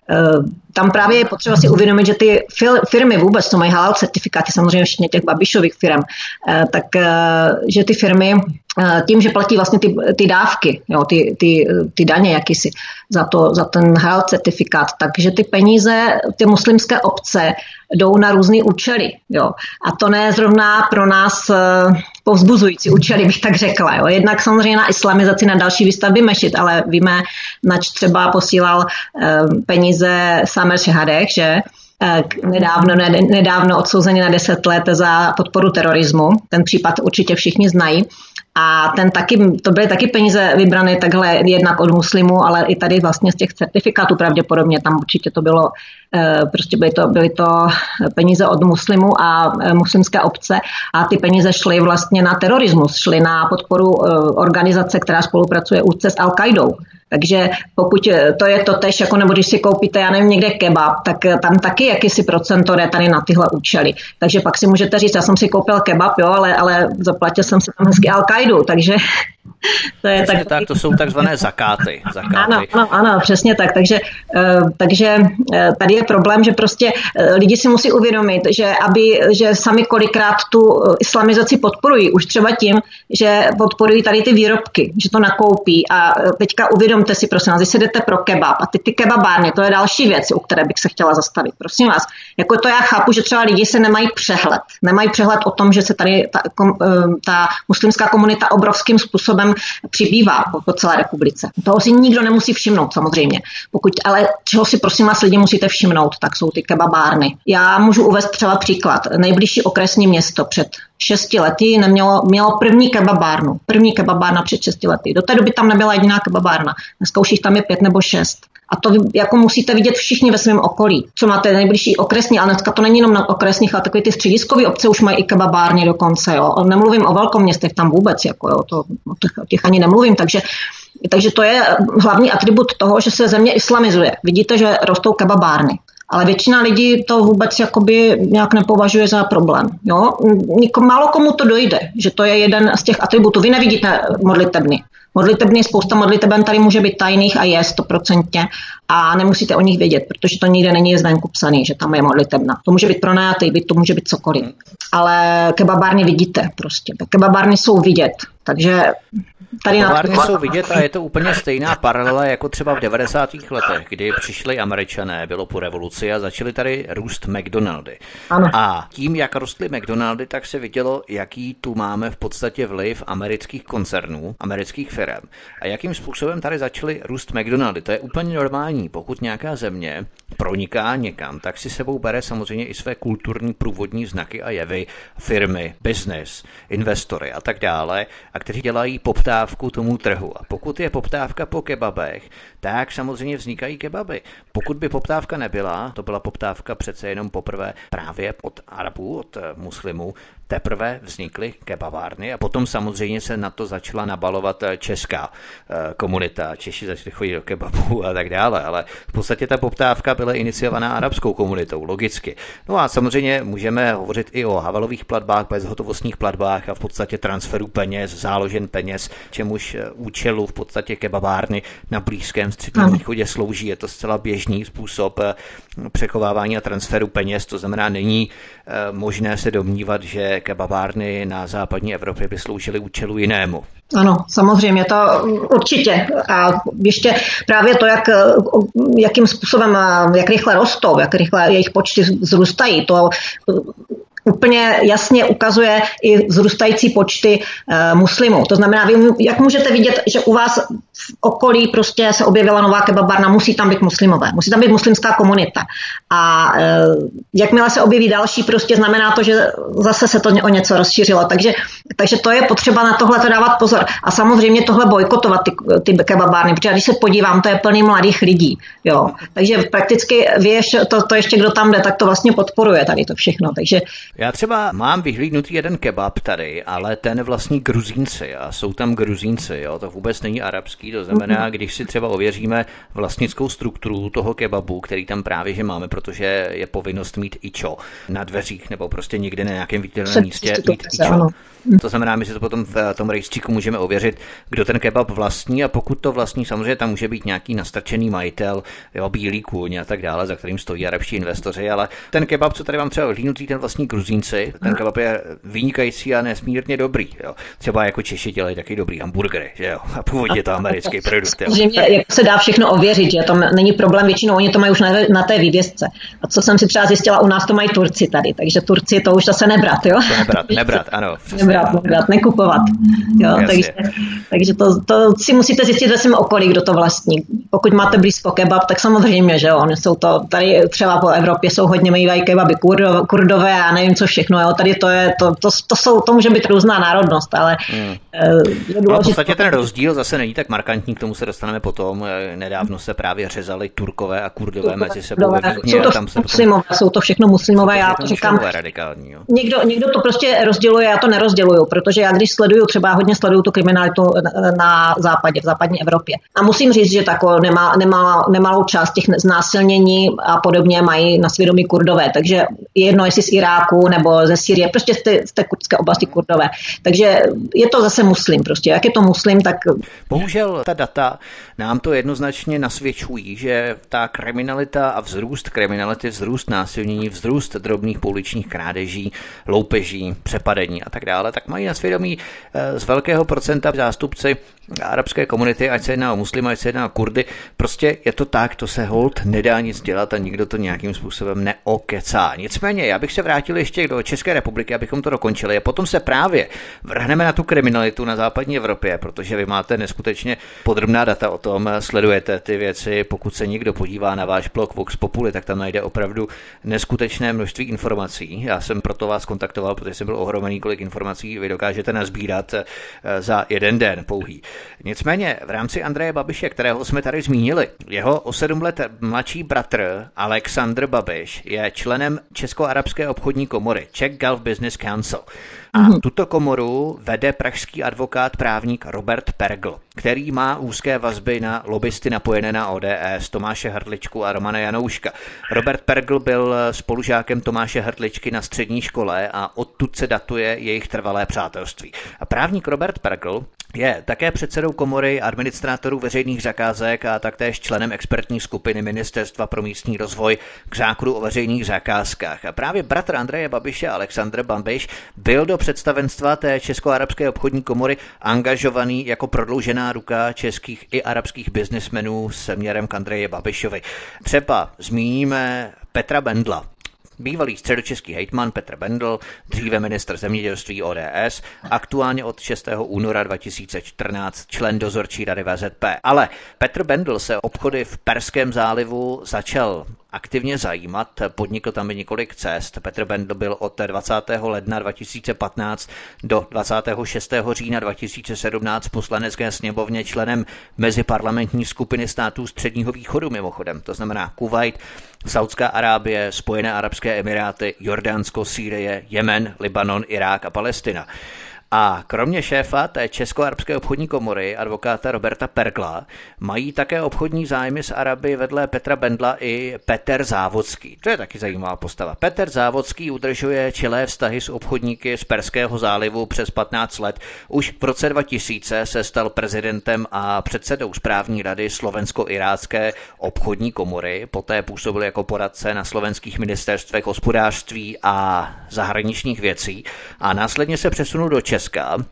tam právě je potřeba si uvědomit, že ty firmy vůbec, co mají halal certifikáty, samozřejmě všichni těch Babišových firm, tak že ty firmy tím, že platí vlastně ty dávky, jo, ty daně jakýsi za ten halal certifikát, takže ty peníze, ty muslimské obce jdou na různý účely. Jo. A to ne zrovna pro nás povzbuzující účely, bych tak řekla. Jo. Jednak samozřejmě na islamizaci, na další výstavby mešit, ale víme, nač třeba posílal peníze Samer Šehadech, že nedávno odsouzený na 10 let za podporu terorismu. Ten případ určitě všichni znají. A to byly taky peníze vybrané takhle jednak od muslimů, ale i tady vlastně z těch certifikátů pravděpodobně, tam určitě to bylo, prostě byly to peníze od muslimů a muslimské obce a ty peníze šly vlastně na terorismus, šly na podporu organizace, která spolupracuje úzce s Al-Qaidou. Takže pokud to je to tež, jako nebo když si koupíte, já nevím, někde kebab, tak tam taky jakýsi procento jde tady na tyhle účely. Takže pak si můžete říct, já jsem si koupil kebab, jo, ale zaplatil jsem si tam hezky Al-Qaidu, takže to je tak, to jsou takzvané zakáty. Ano, přesně tak. Takže tady je problém, že prostě lidi si musí uvědomit, že sami kolikrát tu islamizaci podporují. Už třeba tím, že podporují tady ty výrobky, že to nakoupí. A teďka uvědomte si, prosím vás, když si jdete pro kebab a ty kebabárny, to je další věc, u které bych se chtěla zastavit. Prosím vás, jako to já chápu, že třeba lidi se nemají přehled. Nemají přehled o tom, že se tady ta muslimská komunita obrovským způsobem přibývá po celé republice. Toho si nikdo nemusí všimnout samozřejmě. Ale čeho si prosím vás lidi musíte všimnout, tak jsou ty kebabárny. Já můžu uvést třeba příklad. Nejbližší okresní město před 6 lety mělo první kebabárnu. První kebabárna před 6 lety. Do té doby tam nebyla jediná kebabárna. Dneska už jich tam je 5 nebo 6. A to jako musíte vidět všichni ve svém okolí. Co máte nejbližší okresní, ale dneska to není jenom na okresních, ale takové ty střediskové obce už mají i kebabárny dokonce. Jo. Nemluvím o velkoměstech tam vůbec, jako, jo, o těch ani nemluvím. Takže to je hlavní atribut toho, že se země islamizuje. Vidíte, že rostou kebabárny. Ale většina lidí to vůbec jakoby nějak nepovažuje za problém. Jo? Málo komu to dojde, že to je jeden z těch atributů. Vy nevidíte modlitebny. Spousta modliteben tady může být tajných a je 100% a nemusíte o nich vědět, protože to nikde není zvenku psaný, že tam je modlitebna. To může být pronajatý byt, to může být cokoliv. Ale kebabárny vidíte prostě. Kebabárny jsou vidět, takže tady kebabárny jsou vidět a je to úplně stejná paralela jako třeba v 90. letech, kdy přišli Američané, bylo po revoluci a začali tady růst McDonaldy. Ano. A tím, jak rostly McDonaldy, tak se vidělo, jaký tu máme v podstatě vliv amerických koncernů, amerických firm. A jakým způsobem tady začaly růst McDonaldy. To je úplně normální. Pokud nějaká země proniká někam, tak si sebou bere samozřejmě i své kulturní průvodní znaky a jevy, firmy, business, investory a tak dále, a kteří dělají poptávku tomu trhu. A pokud je poptávka po kebabech, tak samozřejmě vznikají kebaby. Pokud by poptávka nebyla, to byla poptávka přece jenom poprvé právě od Arabů, od muslimů, teprve vznikly kebabárny a potom samozřejmě se na to začala nabalovat česká komunita. Češi začali chodit do kebabů a tak dále, ale v podstatě ta poptávka byla iniciovaná arabskou komunitou, logicky. No a samozřejmě můžeme hovořit i o havalových platbách, bezhotovostních platbách a v podstatě transferu peněz, záložen peněz, čemuž účelu v podstatě kebabárny na Blízkém středním východě slouží. Je to zcela běžný způsob přechovávání a transferu peněz, to znamená, není možné se domnívat, že kebabárny na západní Evropě by sloužily účelu jinému. Ano, samozřejmě, to určitě. A ještě právě to, jakým způsobem, jak rychle rostou, jak rychle jejich počty vzrůstají, to úplně jasně ukazuje i vzrůstající počty muslimů. To znamená, jak můžete vidět, že u vás v okolí prostě se objevila nová kebabárna, musí tam být muslimové, musí tam být muslimská komunita. A jakmile se objeví další, prostě znamená to, že zase se to o něco rozšířilo. Takže to je potřeba na tohle dávat pozor. A samozřejmě tohle bojkotovat ty kebabárny, protože když se podívám, to je plný mladých lidí. Jo. Takže prakticky to ještě kdo tam jde, tak to vlastně podporuje tady to všechno. Takže já třeba mám vyhlídnutý jeden kebab tady, ale ten vlastní Gruzínci a jsou tam Gruzínci, jo, to vůbec není arabský, to znamená, když si třeba ověříme vlastnickou strukturu toho kebabu, který tam právě že máme, protože je povinnost mít ičo na dveřích nebo prostě někde na nějakém viditelném místě mít ičo. To znamená, my si to potom v tom rejstříku můžeme ověřit, kdo ten kebab vlastní a pokud to vlastní, samozřejmě tam může být nějaký nastrčený majitel, jo, bílý kůň a tak dále, za kterým stojí arabští investoři, ale ten kebab, co tady mám třeba vyhlídnutý, ten vlastní Gruzínci, ten kebab je vynikající a nesmírně dobrý. Jo. Třeba jako Češi dělají taky dobrý hamburgery, že jo, a původně to Američané americký produkt. Samozřejmě jak se dá všechno ověřit, že to není problém, většinou oni to mají už na té vývězce. A co jsem si třeba zjistila, u nás to mají Turci tady, takže Turci to už zase nebrat, jo? To nebrat, ano. Nebrat, nekupovat. Jo, takže to si musíte zjistit ve svém okolí, kdo to vlastní. Pokud máte blízko kebab, tak samozřejmě, že jo, oni jsou to, tady třeba po Evropě jsou hodně mývají kebaby Kurdové a nevím co všechno, jo, tady to může být různá národnost, ale v podstatě ten rozdíl zase není tak markantní, k tomu se dostaneme potom. Nedávno se právě řezali Turkové a Kurdové mezi sebou. Jsou to všechno muslimové, já to říkám. Někdo to prostě rozděluje, já to nerozděluju, protože já když hodně sleduju tu kriminalitu na západě, v západní Evropě. A musím říct, že nemalou část těch znásilnění a podobně mají na svědomí Kurdové, takže jedno jestli z Iráku nebo ze Sýrie, prostě z té kurdské oblasti Kurdové. Takže je to zase muslim prostě. Jak je to muslim, tak... Bohužel ta data nám to jednoznačně nasvědčují, že ta kriminalita a vzrůst kriminality, vzrůst násilnění, vzrůst drobných pouličních krádeží, loupeží, přepadení a tak dále, tak mají na svědomí z velkého procenta zástupci arabské komunity, ať se jedná o muslimy, ať se jedná o Kurdy. Prostě je to tak, to se hold nedá nic dělat a nikdo to nějakým způsobem neokecá. Nicméně, já bych se vrátil ještě do České republiky, abychom to dokončili a potom se právě vrhneme na tu kriminalitu na západní Evropě, protože vy máte neskutečně podrobná data o tom, sledujete ty věci, pokud se někdo podívá na váš blog Vox Populi, tak tam najde opravdu neskutečné množství informací. Já jsem proto vás kontaktoval, protože jsem byl ohromený, kolik informací vy dokážete nazbírat za jeden den pouhý. Nicméně v rámci Andreje Babiše, kterého jsme tady zmínili, jeho o 7 let mladší bratr Alexandr Babiš je členem Česko-arabské obchodní komory Czech Gulf Business Council. A tuto komoru vede pražský advokát právník Robert Pergl, který má úzké vazby na lobbysty napojené na ODS, Tomáše Hrdličku a Romana Janouška. Robert Pergl byl spolužákem Tomáše Hrdličky na střední škole a odtud se datuje jejich trvalé přátelství. A právník Robert Pergl je také předsedou komory administrátorů veřejných zakázek a taktéž členem expertní skupiny Ministerstva pro místní rozvoj k zákonu o veřejných zakázkách. A právě bratr Andreje Babiše, Alexandr Babiš, byl do představenstva té Česko-arabské obchodní komory angažovaný jako prodloužená ruka českých i arabských biznismenů směrem k Andreji Babišovi. Třeba zmíníme Petra Bendla. Bývalý středočeský hejtman Petr Bendl, dříve ministr zemědělství ODS, aktuálně od 6. února 2014 člen dozorčí rady VZP. Ale Petr Bendl se obchody v Perském zálivu začal aktivně zajímat, podnikl tam i několik cest. Petr Bendl byl od 20. ledna 2015 do 26. října 2017 v poslanecké sněmovně členem meziparlamentní skupiny států Středního východu mimochodem, to znamená Kuvajt, Saudská Arábie, Spojené arabské emiráty, Jordánsko, Sýrie, Jemen, Libanon, Irák a Palestina. A kromě šéfa té Česko-arabské obchodní komory, advokáta Roberta Pergla, mají také obchodní zájmy s Araby vedle Petra Bendla i Petr Závodský. To je taky zajímavá postava. Petr Závodský udržuje čilé vztahy s obchodníky z Perského zálivu přes 15 let. Už v roce 2000 se stal prezidentem a předsedou správní rady Slovensko-irácké obchodní komory. Poté působil jako poradce na slovenských ministerstvech hospodářství a zahraničních věcí a následně se přesunul do Česka.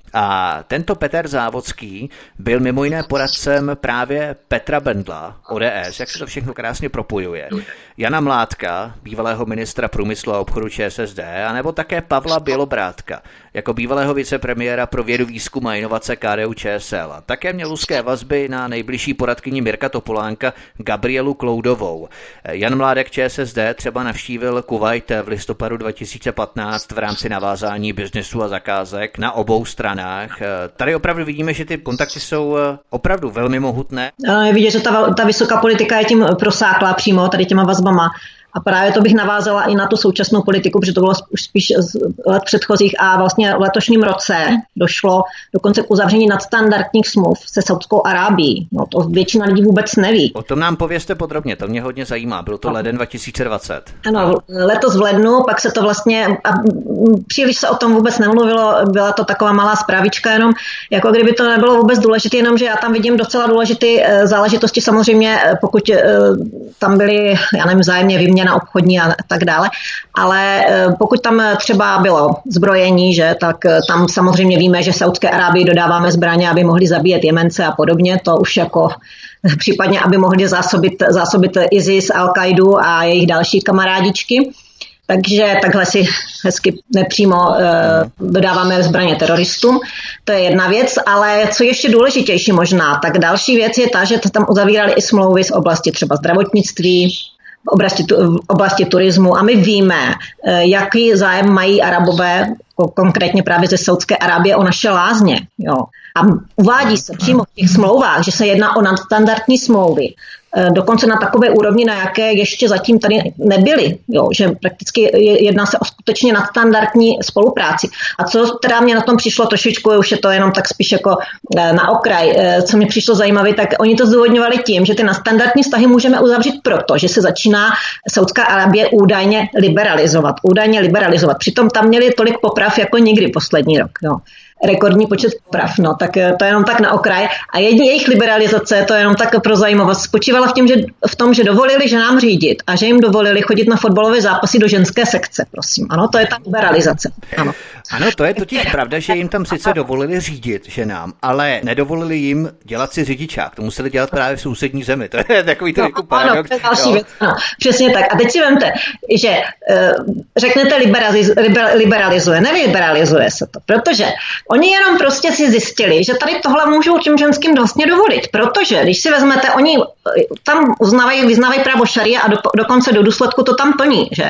A tento Petr Závodský byl mimo jiné poradcem právě Petra Bendla, ODS, jak se to všechno krásně propojuje, Jana Mládka, bývalého ministra průmyslu a obchodu ČSSD, anebo také Pavla Bělobrádka, jako bývalého vicepremiéra pro vědu, výzkum a inovace KDU-ČSL. A také měl úzké vazby na nejbližší poradkyni Mirka Topolánka Gabrielu Kloudovou. Jan Mládek ČSSD třeba navštívil Kuvajt v listopadu 2015 v rámci navázání biznesu a zakázek na obou stranách. Tady opravdu vidíme, že ty kontakty jsou opravdu velmi mohutné. Je vidět, že ta vysoká politika je tím prosáklá přímo tady těma vazbama. A právě to bych navázala i na tu současnou politiku, protože to bylo už spíš z let předchozích a vlastně v letošním roce došlo dokonce k uzavření nadstandardních smluv se Saudskou Arábií. No to většina lidí vůbec neví. O tom nám povězte podrobně, to mě hodně zajímá. Bylo to leden 2020. Ano, letos v lednu, pak se to vlastně, a příliš se o tom vůbec nemluvilo, byla to taková malá zprávička jenom, jako kdyby to nebylo vůbec důležité, jenom že já tam vidím docela důležité záležitosti samozřejmě, pokud tam byly, já nevím, vzájemně vyměny výměna obchodní a tak dále, ale pokud tam třeba bylo zbrojení, že, tak tam samozřejmě víme, že Saúdské Arábii dodáváme zbraně, aby mohli zabíjet Jemence a podobně, to už jako případně, aby mohli zásobit ISIS, Al-Qaidu a jejich další kamarádičky. Takže takhle si hezky nepřímo dodáváme zbraně teroristům. To je jedna věc, ale co ještě důležitější možná, tak další věc je ta, že tam uzavírali i smlouvy z oblasti třeba zdravotnictví, v oblasti turismu a my víme, jaký zájem mají Arabové, konkrétně právě ze Saúdské Arábie, o naše lázně. Jo. A uvádí se přímo v těch smlouvách, že se jedná o nadstandardní smlouvy. Dokonce na takové úrovni, na jaké ještě zatím tady nebyly, jo, že prakticky jedná se o skutečně nadstandardní spolupráci. A co teda mě na tom přišlo trošičku, už je to jenom tak spíš jako na okraj, co mě přišlo zajímavé, tak oni to zdůvodňovali tím, že ty nadstandardní vztahy můžeme uzavřít proto, že se začíná Saúdská Arábie údajně liberalizovat. Přitom tam měli tolik poprav jako nikdy poslední rok. Jo. Rekordní počet poprav, no, tak to je jenom tak na okraj. A jejich liberalizace, to je jenom tak pro zajímavost, spočívala v tom, že dovolili ženám řídit a že jim dovolili chodit na fotbalové zápasy do ženské sekce, prosím. Ano, to je ta liberalizace. Ano, to je totiž pravda, že jim tam sice dovolili řídit ženám, ale nedovolili jim dělat si řidičák. To museli dělat právě v sousední zemi. To je takový to jako paradox. Ano, to je další věc. Ano, přesně tak. A teď si vemte, že řeknete liberalizuje, neliberalizuje se to, protože oni jenom prostě si zjistili, že tady tohle můžou těm ženským vlastně dovolit, protože když si vezmete, oni tam vyznávají právo šaria a dokonce do důsledku to tam plní, že?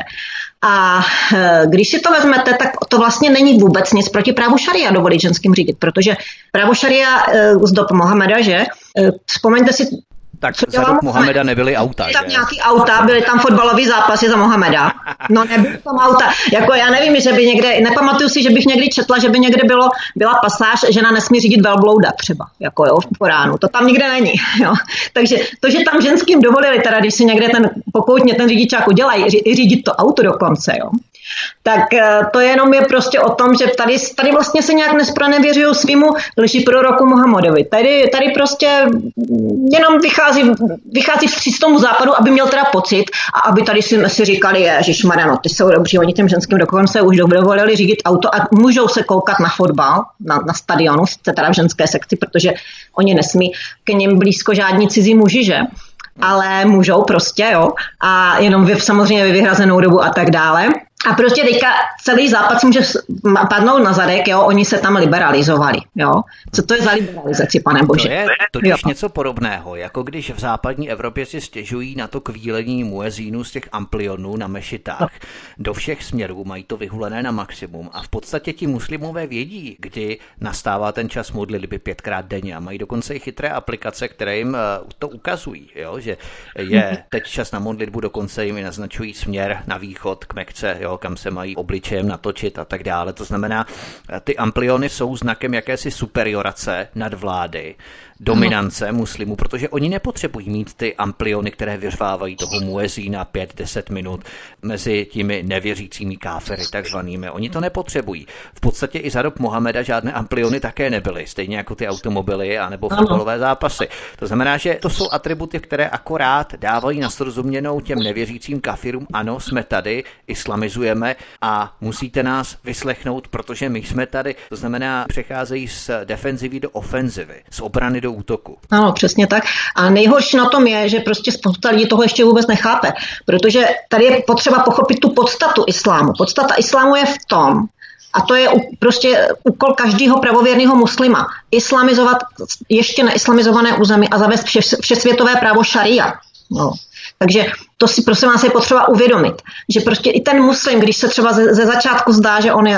A když si to vezmete, tak to vlastně není vůbec nic proti právu šaria dovolit ženským řídit, protože právo šaria z dob Mohameda, že? Vzpomeňte si, tak za dob Mohameda nebyly auta, byly tam nějaký auta, byly tam fotbalový zápasy za Mohameda. No nebyly tam auta. Jako já nevím, že by někde, nepamatuju si, že bych někdy četla, že by někde byla pasáž, žena nesmí řídit velblouda třeba, jako jo, v Koránu. To tam nikde není, jo. Takže to, že tam ženským dovolili, teda když si někde pokoutně ten řidičák udělají, řídit to auto dokonce, jo. Tak to jenom je prostě o tom, že tady vlastně se nějak nespranevěřují svýmu lži proroku Mohamedovi. Tady prostě jenom vychází vstříc tomu západu, aby měl teda pocit a aby tady si říkali, ježišmarja, no ty jsou dobří, oni těm ženským dokonce už dovolili řídit auto a můžou se koukat na fotbal, na stadionu, teda v ženské sekci, protože oni nesmí k nim blízko žádní cizí muži, že? Ale můžou prostě, jo, a jenom samozřejmě vyhrazenou dobu a tak dále. A prostě teďka celý západ si může padnout na zadek, jo, oni se tam liberalizovali, jo. Co to je za liberalizaci, pane bože? To je totiž něco podobného, jako když v západní Evropě si stěžují na to kvílení muezínů z těch amplionů na mešitách. Do všech směrů mají to vyhulené na maximum a v podstatě ti muslimové vědí, kdy nastává ten čas modlitby 5krát denně a mají dokonce i chytré aplikace, které jim to ukazují, jo, že je teď čas na modlitbu, dokonce jim naznačují směr na východ k Mekce, jo, kam se mají obličejem natočit a tak dále. To znamená, ty ampliony jsou znakem jakési superiorace nad vlády, dominance muslimů, protože oni nepotřebují mít ty ampliony, které vyřvávají toho muezína 5-10 minut mezi těmi nevěřícími káfiry takzvanými. Oni to nepotřebují. V podstatě i za dob Mohameda žádné ampliony také nebyly, stejně jako ty automobily anebo fotbalové zápasy. To znamená, že to jsou atributy, které akorát dávají na srozuměnou těm nevěřícím kafirům, ano, jsme tady, islamizujeme a musíte nás vyslechnout, protože my jsme tady. To znamená, přecházejí z defenzivy do ofenzivy, z obrany do útoku. Ano, přesně tak. A nejhorší na tom je, že prostě spousta lidí toho ještě vůbec nechápe, protože tady je potřeba pochopit tu podstatu islámu. Podstata islámu je v tom, a to je prostě úkol každého pravověrného muslima, islamizovat ještě neislamizované území a zavést všesvětové právo šaria. No. Takže to si prosím vás je potřeba uvědomit, že prostě i ten muslim, když se třeba ze začátku zdá, že on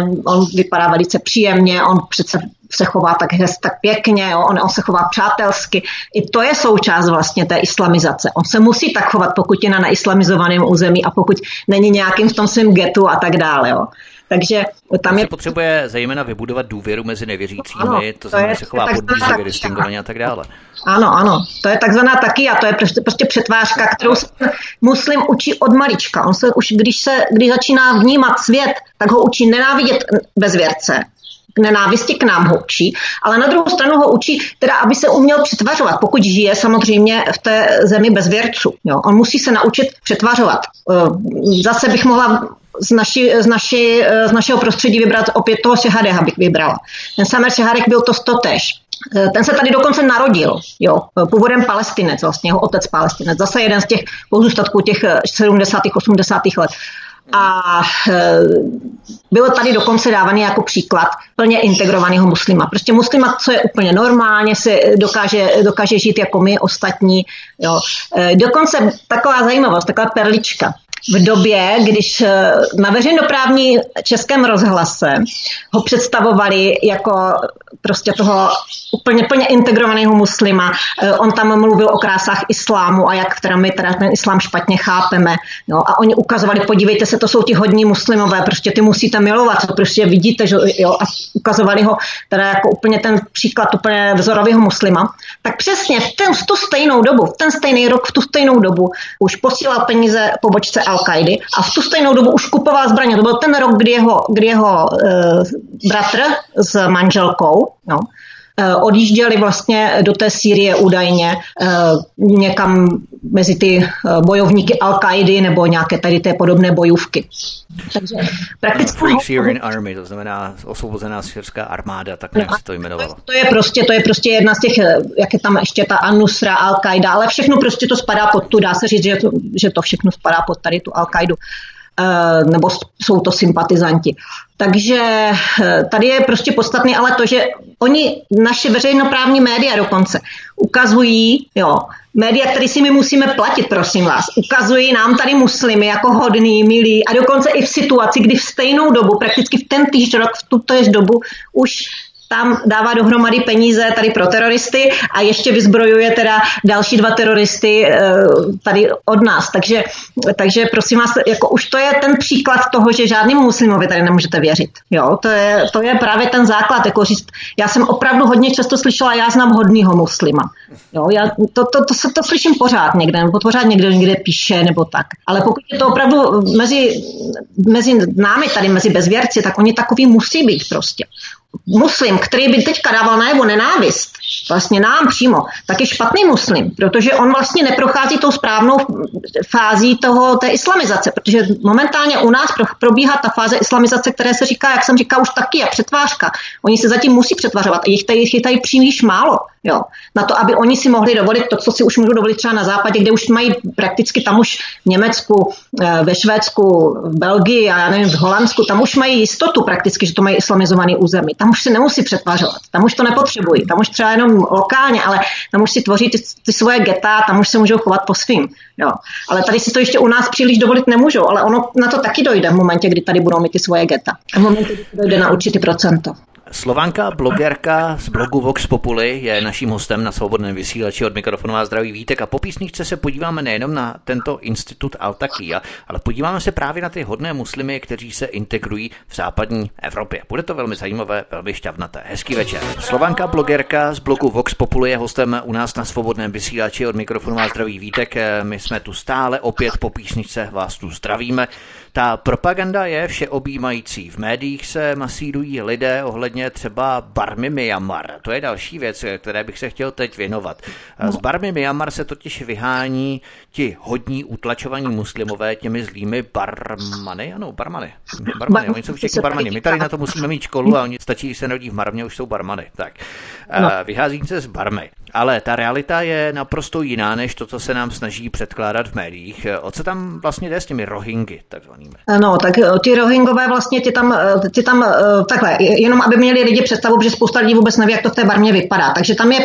vypadá velice příjemně, on přece se chová tak pěkně, jo, on se chová přátelsky, i to je součást vlastně té islamizace. On se musí tak chovat, pokud je na neislamizovaném území a pokud není nějakým v tom svém getu a tak dále, jo. Takže tam se potřebuje zejména vybudovat důvěru mezi nevěřícími, ano, to znamená, že se chová podmíněně, distingovaně a tak dále. Ano, to je takzvaná takia, to je prostě přetvářka, kterou se muslim učí od malička. On se už, když začíná vnímat svět, tak ho učí nenávidět bezvěrce. nenávisti k nám ho učí, ale na druhou stranu ho učí, teda aby se uměl přetvařovat, pokud žije samozřejmě v té zemi bez věrců. Jo. On musí se naučit přetvařovat. Zase bych mohla z našeho prostředí vybrat opět toho Šehadeha bych vybrala. Ten Samer Šehadeh byl to totéž. Ten se tady dokonce narodil, jo, původem Palestinec, vlastně jeho otec Palestinec, zase jeden z těch pozůstatků těch 70. 80. let. A byl tady dokonce dávaný jako příklad plně integrovaného muslima. Prostě muslima, co je úplně normálně, se dokáže žít jako my ostatní. Jo. Dokonce taková zajímavost, taková perlička. V době, když na veřejnoprávní Českém rozhlase ho představovali jako prostě toho úplně integrovaného muslima. On tam mluvil o krásách islámu a jak teda my teda ten islám špatně chápeme. Jo, a oni ukazovali, podívejte se, to jsou ti hodní muslimové, prostě ty musíte milovat, to prostě vidíte, že jo, a ukazovali ho teda jako úplně ten příklad úplně vzorového muslima. Tak přesně v tu stejnou dobu, v ten stejný rok, v tu stejnou dobu už posílal peníze pobočce Al-Kaidy a v tu stejnou dobu už kupoval zbraně. To byl ten rok, kdy jeho bratr s manželkou, no, odjížděli vlastně do té Sýrie údajně někam mezi ty bojovníky Al-Kaidy nebo nějaké tady té podobné bojůvky. Takže prakticky Free Syrian Army, to znamená osvobozená syrská armáda, tak jak se to jmenovalo. To je prostě jedna z těch, jak je tam ještě ta An-Nusra, Al-Qaida, ale všechno prostě to spadá pod tu, dá se říct, že to všechno spadá pod tady tu Al-Qaidu. Nebo jsou to sympatizanti. Takže tady je prostě podstatné ale to, že oni, naše veřejnoprávní média dokonce, ukazují, jo, média, které si my musíme platit, prosím vás, ukazují nám tady muslimy jako hodný, milí a dokonce i v situaci, kdy v stejnou dobu, prakticky v ten týž rok, v tutéž dobu už tam dává dohromady peníze tady pro teroristy a ještě vyzbrojuje teda další 2 teroristy tady od nás. Takže prosím vás, jako už to je ten příklad toho, že žádnému muslimovi tady nemůžete věřit. Jo, to je právě ten základ, jako říct, já jsem opravdu hodně často slyšela, já znám hodnýho muslima. Jo, já to slyším pořád někde, nebo pořád někde píše, nebo tak. Ale pokud je to opravdu mezi námi tady, mezi bezvěrci, tak oni takový musí být prostě. Muslim, který by teďka dával najevo nenávist, vlastně nám přímo, tak je špatný muslim, protože on vlastně neprochází tou správnou fází té islamizace, protože momentálně u nás probíhá ta fáze islamizace, které se říká, jak jsem říkal už taky, jak přetvářka. Oni se zatím musí přetvařovat a jich je tady příliš málo. Jo. Na to, aby oni si mohli dovolit to, co si už můžou dovolit třeba na západě, kde už mají prakticky tam už v Německu, ve Švédsku, v Belgii a já nevím, v Holandsku, tam už mají jistotu prakticky, že to mají islamizovaný území. Tam už si nemusí přetvářovat, tam už to nepotřebují, tam už třeba jenom lokálně, ale tam už si tvoří ty svoje geta, tam už se můžou chovat po svým. Jo. Ale tady si to ještě u nás příliš dovolit nemůžou, ale ono na to taky dojde v momentě, kdy tady budou mít ty svoje geta. A v momentě, kdy to dojde na určitý procento. Slovanka, blogerka z blogu Vox Populi je naším hostem na Svobodném vysílači. Od mikrofonu vás zdraví Vítek a po písničce se podíváme nejenom na tento institut Al-Taqiyya, ale podíváme se právě na ty hodné muslimy, kteří se integrují v západní Evropě. Bude to velmi zajímavé, velmi šťavnaté. Hezký večer. Slovanka, blogerka z blogu Vox Populi je hostem u nás na Svobodném vysílači. Od mikrofonu vás zdraví Vítek. My jsme tu stále, opět po písničce vás tu zdravíme. Ta propaganda je všeobjímající. V médiích se masírují lidé ohledně třeba Barmy Myanmar. To je další věc, které bych se chtěl teď věnovat. Z Barmy Myanmar se totiž vyhání ti hodní utlačovaní muslimové těmi zlými Barmany. Ano, Barmany. Oni jsou všichni Barmany. My tady na to musíme mít školu a oni stačí, když se narodí v Barmě, už jsou Barmany. Tak. Vyhází se z Barmy. Ale ta realita je naprosto jiná, než to, co se nám snaží předkládat v médiích. O co tam vlastně jde s těmi Rohingy, takzvanými? No, tak ti Rohingové vlastně ti tam takhle, jenom aby měli lidi představu, že spousta lidí vůbec neví, jak to v té Barmě vypadá. Takže tam je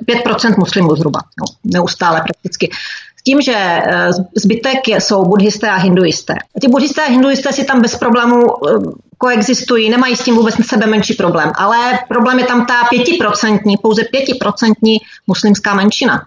5% muslimů zhruba, no, neustále prakticky. S tím, že zbytek jsou buddhisté a hinduisté. Ti buddhisté a hinduisté si tam bez problémů koexistují, nemají s tím vůbec sebe menší problém, ale problém je tam ta 5%, pouze 5% muslimská menšina.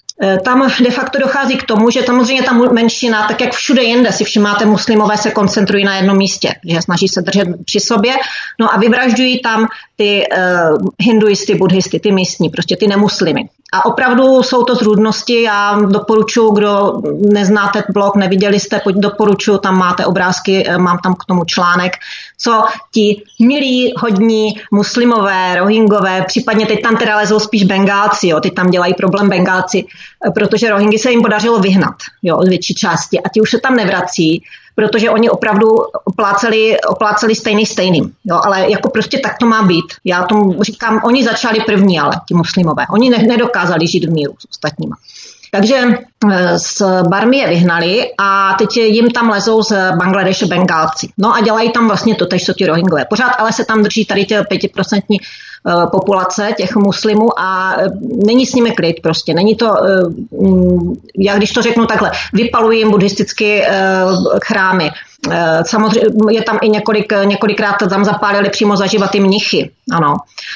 Tam de facto dochází k tomu, že samozřejmě ta menšina, tak jak všude jinde si všimáte, muslimové se koncentrují na jednom místě, že snaží se držet při sobě, no a vyvražďují tam ty hinduisty, buddhisty, ty místní, prostě ty nemuslimy. A opravdu jsou to zrůdnosti, já doporučuji, kdo neznáte blog, neviděli jste, doporučuji, tam máte obrázky, mám tam k tomu článek, co ti milí, hodní muslimové, rohingové, případně teď tam teda lezou spíš Bengálci, jo, teď tam dělají problém Bengálci, protože Rohingy se jim podařilo vyhnat, jo, z větší části a ti už se tam nevrací, protože oni opravdu opláceli stejným. Jo, ale jako prostě tak to má být. Já tomu říkám, oni začali první, ale ti muslimové. Oni nedokázali žít v míru s ostatníma. Takže z Barmy je vyhnali a teď jim tam lezou z Bangladeše Bengálci. No a dělají tam vlastně to, tež jsou ti Rohingové. Pořád ale se tam drží tady 5% populace těch muslimů a není s nimi klid prostě. Není to, já když to řeknu takhle, vypalují jim buddhistické chrámy. Samozřejmě je tam i několikrát tam zapálili přímo zaživa ty mnichy. Ano.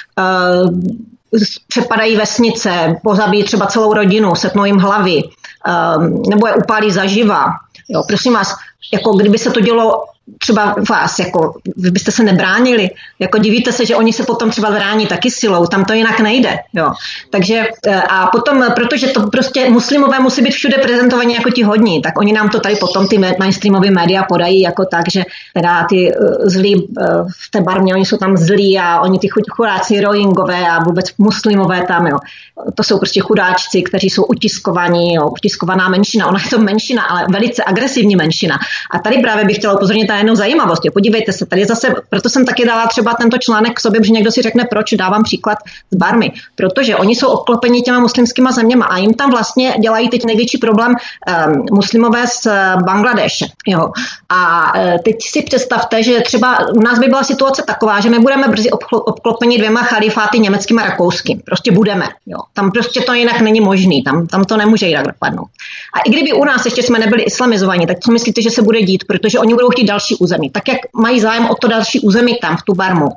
Přepadají vesnice, pozabíjí třeba celou rodinu, setnou jim hlavy, nebo je upálí zaživa. Jo, prosím vás, jako kdyby se to dělo třeba vás, jako vy byste se nebránili, jako divíte se, že oni se potom třeba brání taky silou, tam to jinak nejde, jo. Takže a potom, protože to prostě muslimové musí být všude prezentovaní jako ti hodní, tak oni nám to tady potom ty mainstreamové média podají jako tak, že teda ty zlí v té Barmě, oni jsou tam zlí a oni ty chudáci Rohingové a vůbec muslimové tam, jo. To jsou prostě chudáčci, kteří jsou utiskovaní, jo, utiskovaná menšina, ona je to menšina, ale velice agresivní menšina. A tady právě bych chtěla upozornit na jednu zajímavost. Jo. Podívejte se, tady zase, proto jsem taky dala třeba tento článek k sobě, protože někdo si řekne, proč dávám příklad z Barmy. Protože oni jsou obklopeni těma muslimskýma zeměma a jim tam vlastně dělají teď největší problém muslimové z Bangladeše. Jo. A teď si představte, že třeba u nás by byla situace taková, že my budeme brzy obklopeni 2 chalifáty německým a rakouským. Prostě budeme. Jo. Tam prostě to jinak není možný. Tam to nemůže jinak dopadnout. A i kdyby u nás ještě jsme nebyli islamizovaní, tak co myslíte, že se bude dít? Protože oni budou chtít další území. Tak jak mají zájem o to další území tam v tu Barmu,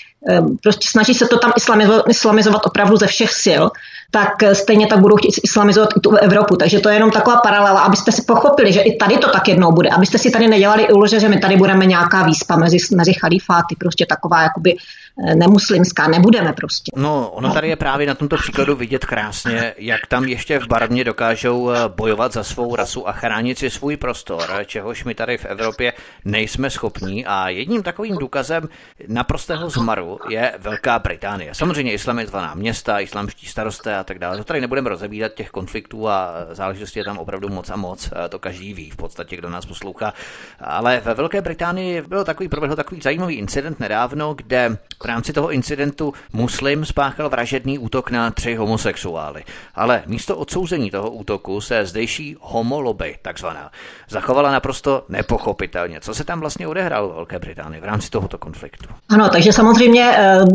prostě snaží se to tam islamizovat opravdu ze všech sil, tak stejně tak budou chtít islamizovat i tu Evropu. Takže to je jenom taková paralela, abyste si pochopili, že i tady to tak jednou bude. Abyste si tady nedělali iluze, že my tady budeme nějaká výspa mezi chalifáty, prostě taková jakoby nemuslimská, nebudeme prostě. No, ono tady je právě na tomto příkladu vidět krásně, jak tam ještě v Barmě dokážou bojovat za svou rasu a chránit si svůj prostor, čehož my tady v Evropě nejsme schopní. A jedním takovým důkazem naprostého zmaru je Velká Británie. Samozřejmě islamizovaná města, islamští starosté a tak dále. To tady nebudeme rozebírat, těch konfliktů a záležitostí je tam opravdu moc a moc. To každý ví v podstatě, kdo nás poslouchá. Ale ve Velké Británii proběhl takový zajímavý incident nedávno, kde v rámci toho incidentu muslim spáchal vražedný útok na 3 homosexuály. Ale místo odsouzení toho útoku se zdejší homolobby, takzvaná, zachovala naprosto nepochopitelně. Co se tam vlastně odehrálo v Velké Británii v rámci tohoto konfliktu? Ano, takže samozřejmě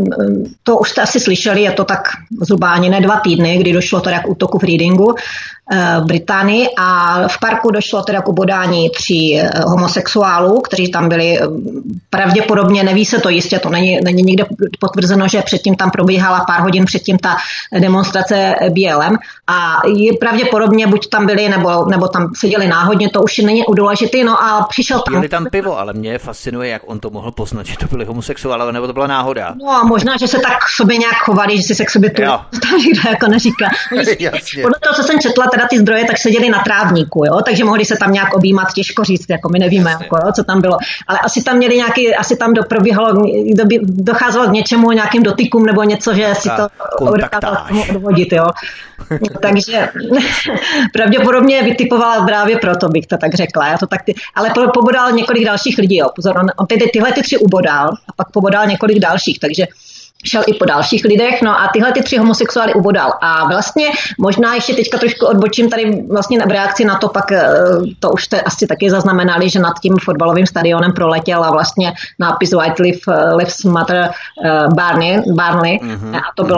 to už jste asi slyšeli, je to tak zhruba ani ne 2 týdny, kdy došlo teda k útoku v Readingu v Británii a v parku došlo teda k ubodání 3 homosexuálů, kteří tam byli pravděpodobně, neví se to jistě, to není nikde potvrzeno, že předtím tam probíhala pár hodin předtím ta demonstrace BLM a je pravděpodobně buď tam byli, nebo tam seděli náhodně, to už není důležité, no a přišel tam. Měli tam pivo, ale mě fascinuje, jak on to mohl poznat, že to byli homosexuálové, nebo to byla náhoda. No a možná, že se tak k sobě nějak chovali, že si se k sobě tu tam nikdo jako neříká. Podle toho, co jsem četla, teda ty zdroje, tak seděli na trávníku, jo, takže mohli se tam nějak objímat, těžko říct, jako my nevíme, jako, jo, co tam bylo. Ale asi tam měli asi tam docházelo k něčemu, nějakým dotykům nebo něco, že si to odvodit, jo. Takže pravděpodobně vytipovala právě proto, bych to tak řekla. Já to tak ale pobodal několik dalších lidí, jo. Pozor, on tyhle 3 ubodal a pak pobodal několik dalších, takže šel i po dalších lidech, no a tyhle 3 homosexuály ubodal. A vlastně možná ještě teďka trošku odbočím tady vlastně v reakci na to, pak to už jste asi taky zaznamenali, že nad tím fotbalovým stadionem proletěl a vlastně nápis White Lives Matter Barney. A to bylo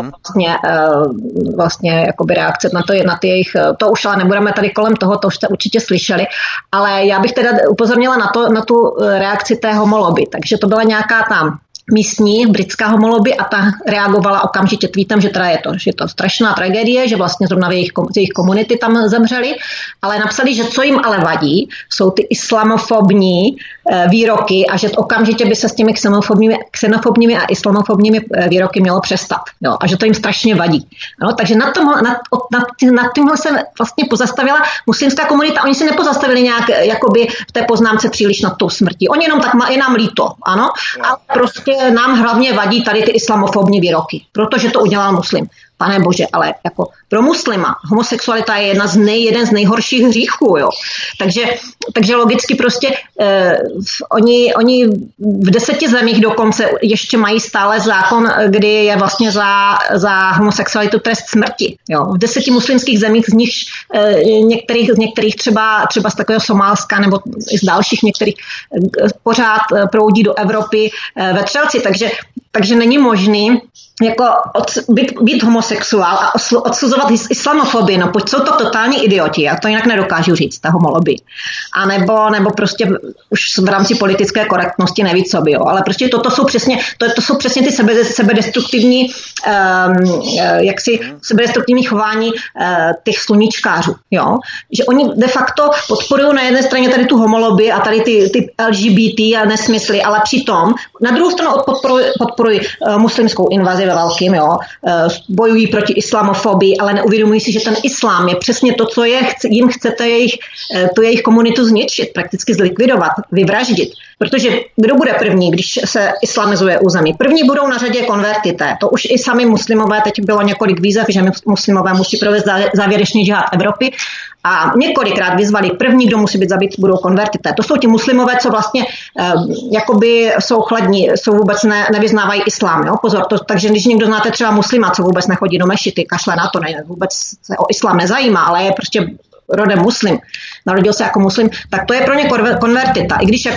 vlastně jakoby reakce na ty jejich, to už ale nebudeme tady kolem toho, to už jste určitě slyšeli, ale já bych teda upozornila na tu reakci té homolobby, takže to byla nějaká tam místní britská homolobby a ta reagovala okamžitě tweetem, že teda je to strašná tragédie, že vlastně zrovna z jejich komunity tam zemřeli, ale napsali, že co jim ale vadí, jsou ty islamofobní výroky a že okamžitě by se s těmi xenofobními a islamofobními výroky mělo přestat. Jo, a že to jim strašně vadí. No, takže nad tímhle se vlastně pozastavila muslimská komunita. Oni se nepozastavili nějak jakoby v té poznámce příliš nad tou smrtí. Oni jenom tak je nám líto, ano, ale prostě nám hlavně vadí tady ty islamofobní výroky, protože to udělal muslim. Pane bože, ale jako pro muslima homosexualita je jeden z nejhorších hříchů, jo. Takže logicky prostě oni v 10 zemích dokonce ještě mají stále zákon, kdy je vlastně za homosexualitu trest smrti, jo. V 10 muslimských zemích z nich některých třeba z takového Somálska nebo i z dalších některých pořád proudí do Evropy vetřelci, takže není možný jako být homosexuál a odsuzovat islamofobii, no pojď, jsou to totální idioti, já to jinak nedokážu říct, ta homolobby. A nebo prostě už v rámci politické korektnosti neví, co by, jo, ale prostě to jsou přesně ty sebedestruktivní sebedestruktivní chování těch sluníčkářů, jo, že oni de facto podporují na jedné straně tady tu homolobby a tady ty LGBT a nesmysly, ale přitom na druhou stranu podporují muslimskou invazi ve velkým, jo, bojují proti islamofobii, ale neuvědomují si, že ten islám je přesně to, co jim chcete tu jejich komunitu zničit, prakticky zlikvidovat, vyvraždit. Protože kdo bude první, když se islamizuje území? První budou na řadě konvertité. To už i sami muslimové, teď bylo několik výzev, že muslimové musí provést závěrečný džihad Evropy a několikrát vyzvali, první, kdo musí být zabit, budou konvertité. To jsou ti muslimové, co vlastně jakoby jsou chladní, vůbec nevyznávají islám. Jo? Pozor, takže když někdo znáte třeba muslima, co vůbec nechodí do mešity, kašle na to, vůbec se o islám nezajímá, ale je prostě rodem muslim, narodil se jako muslim, tak to je pro ně konvertita. I když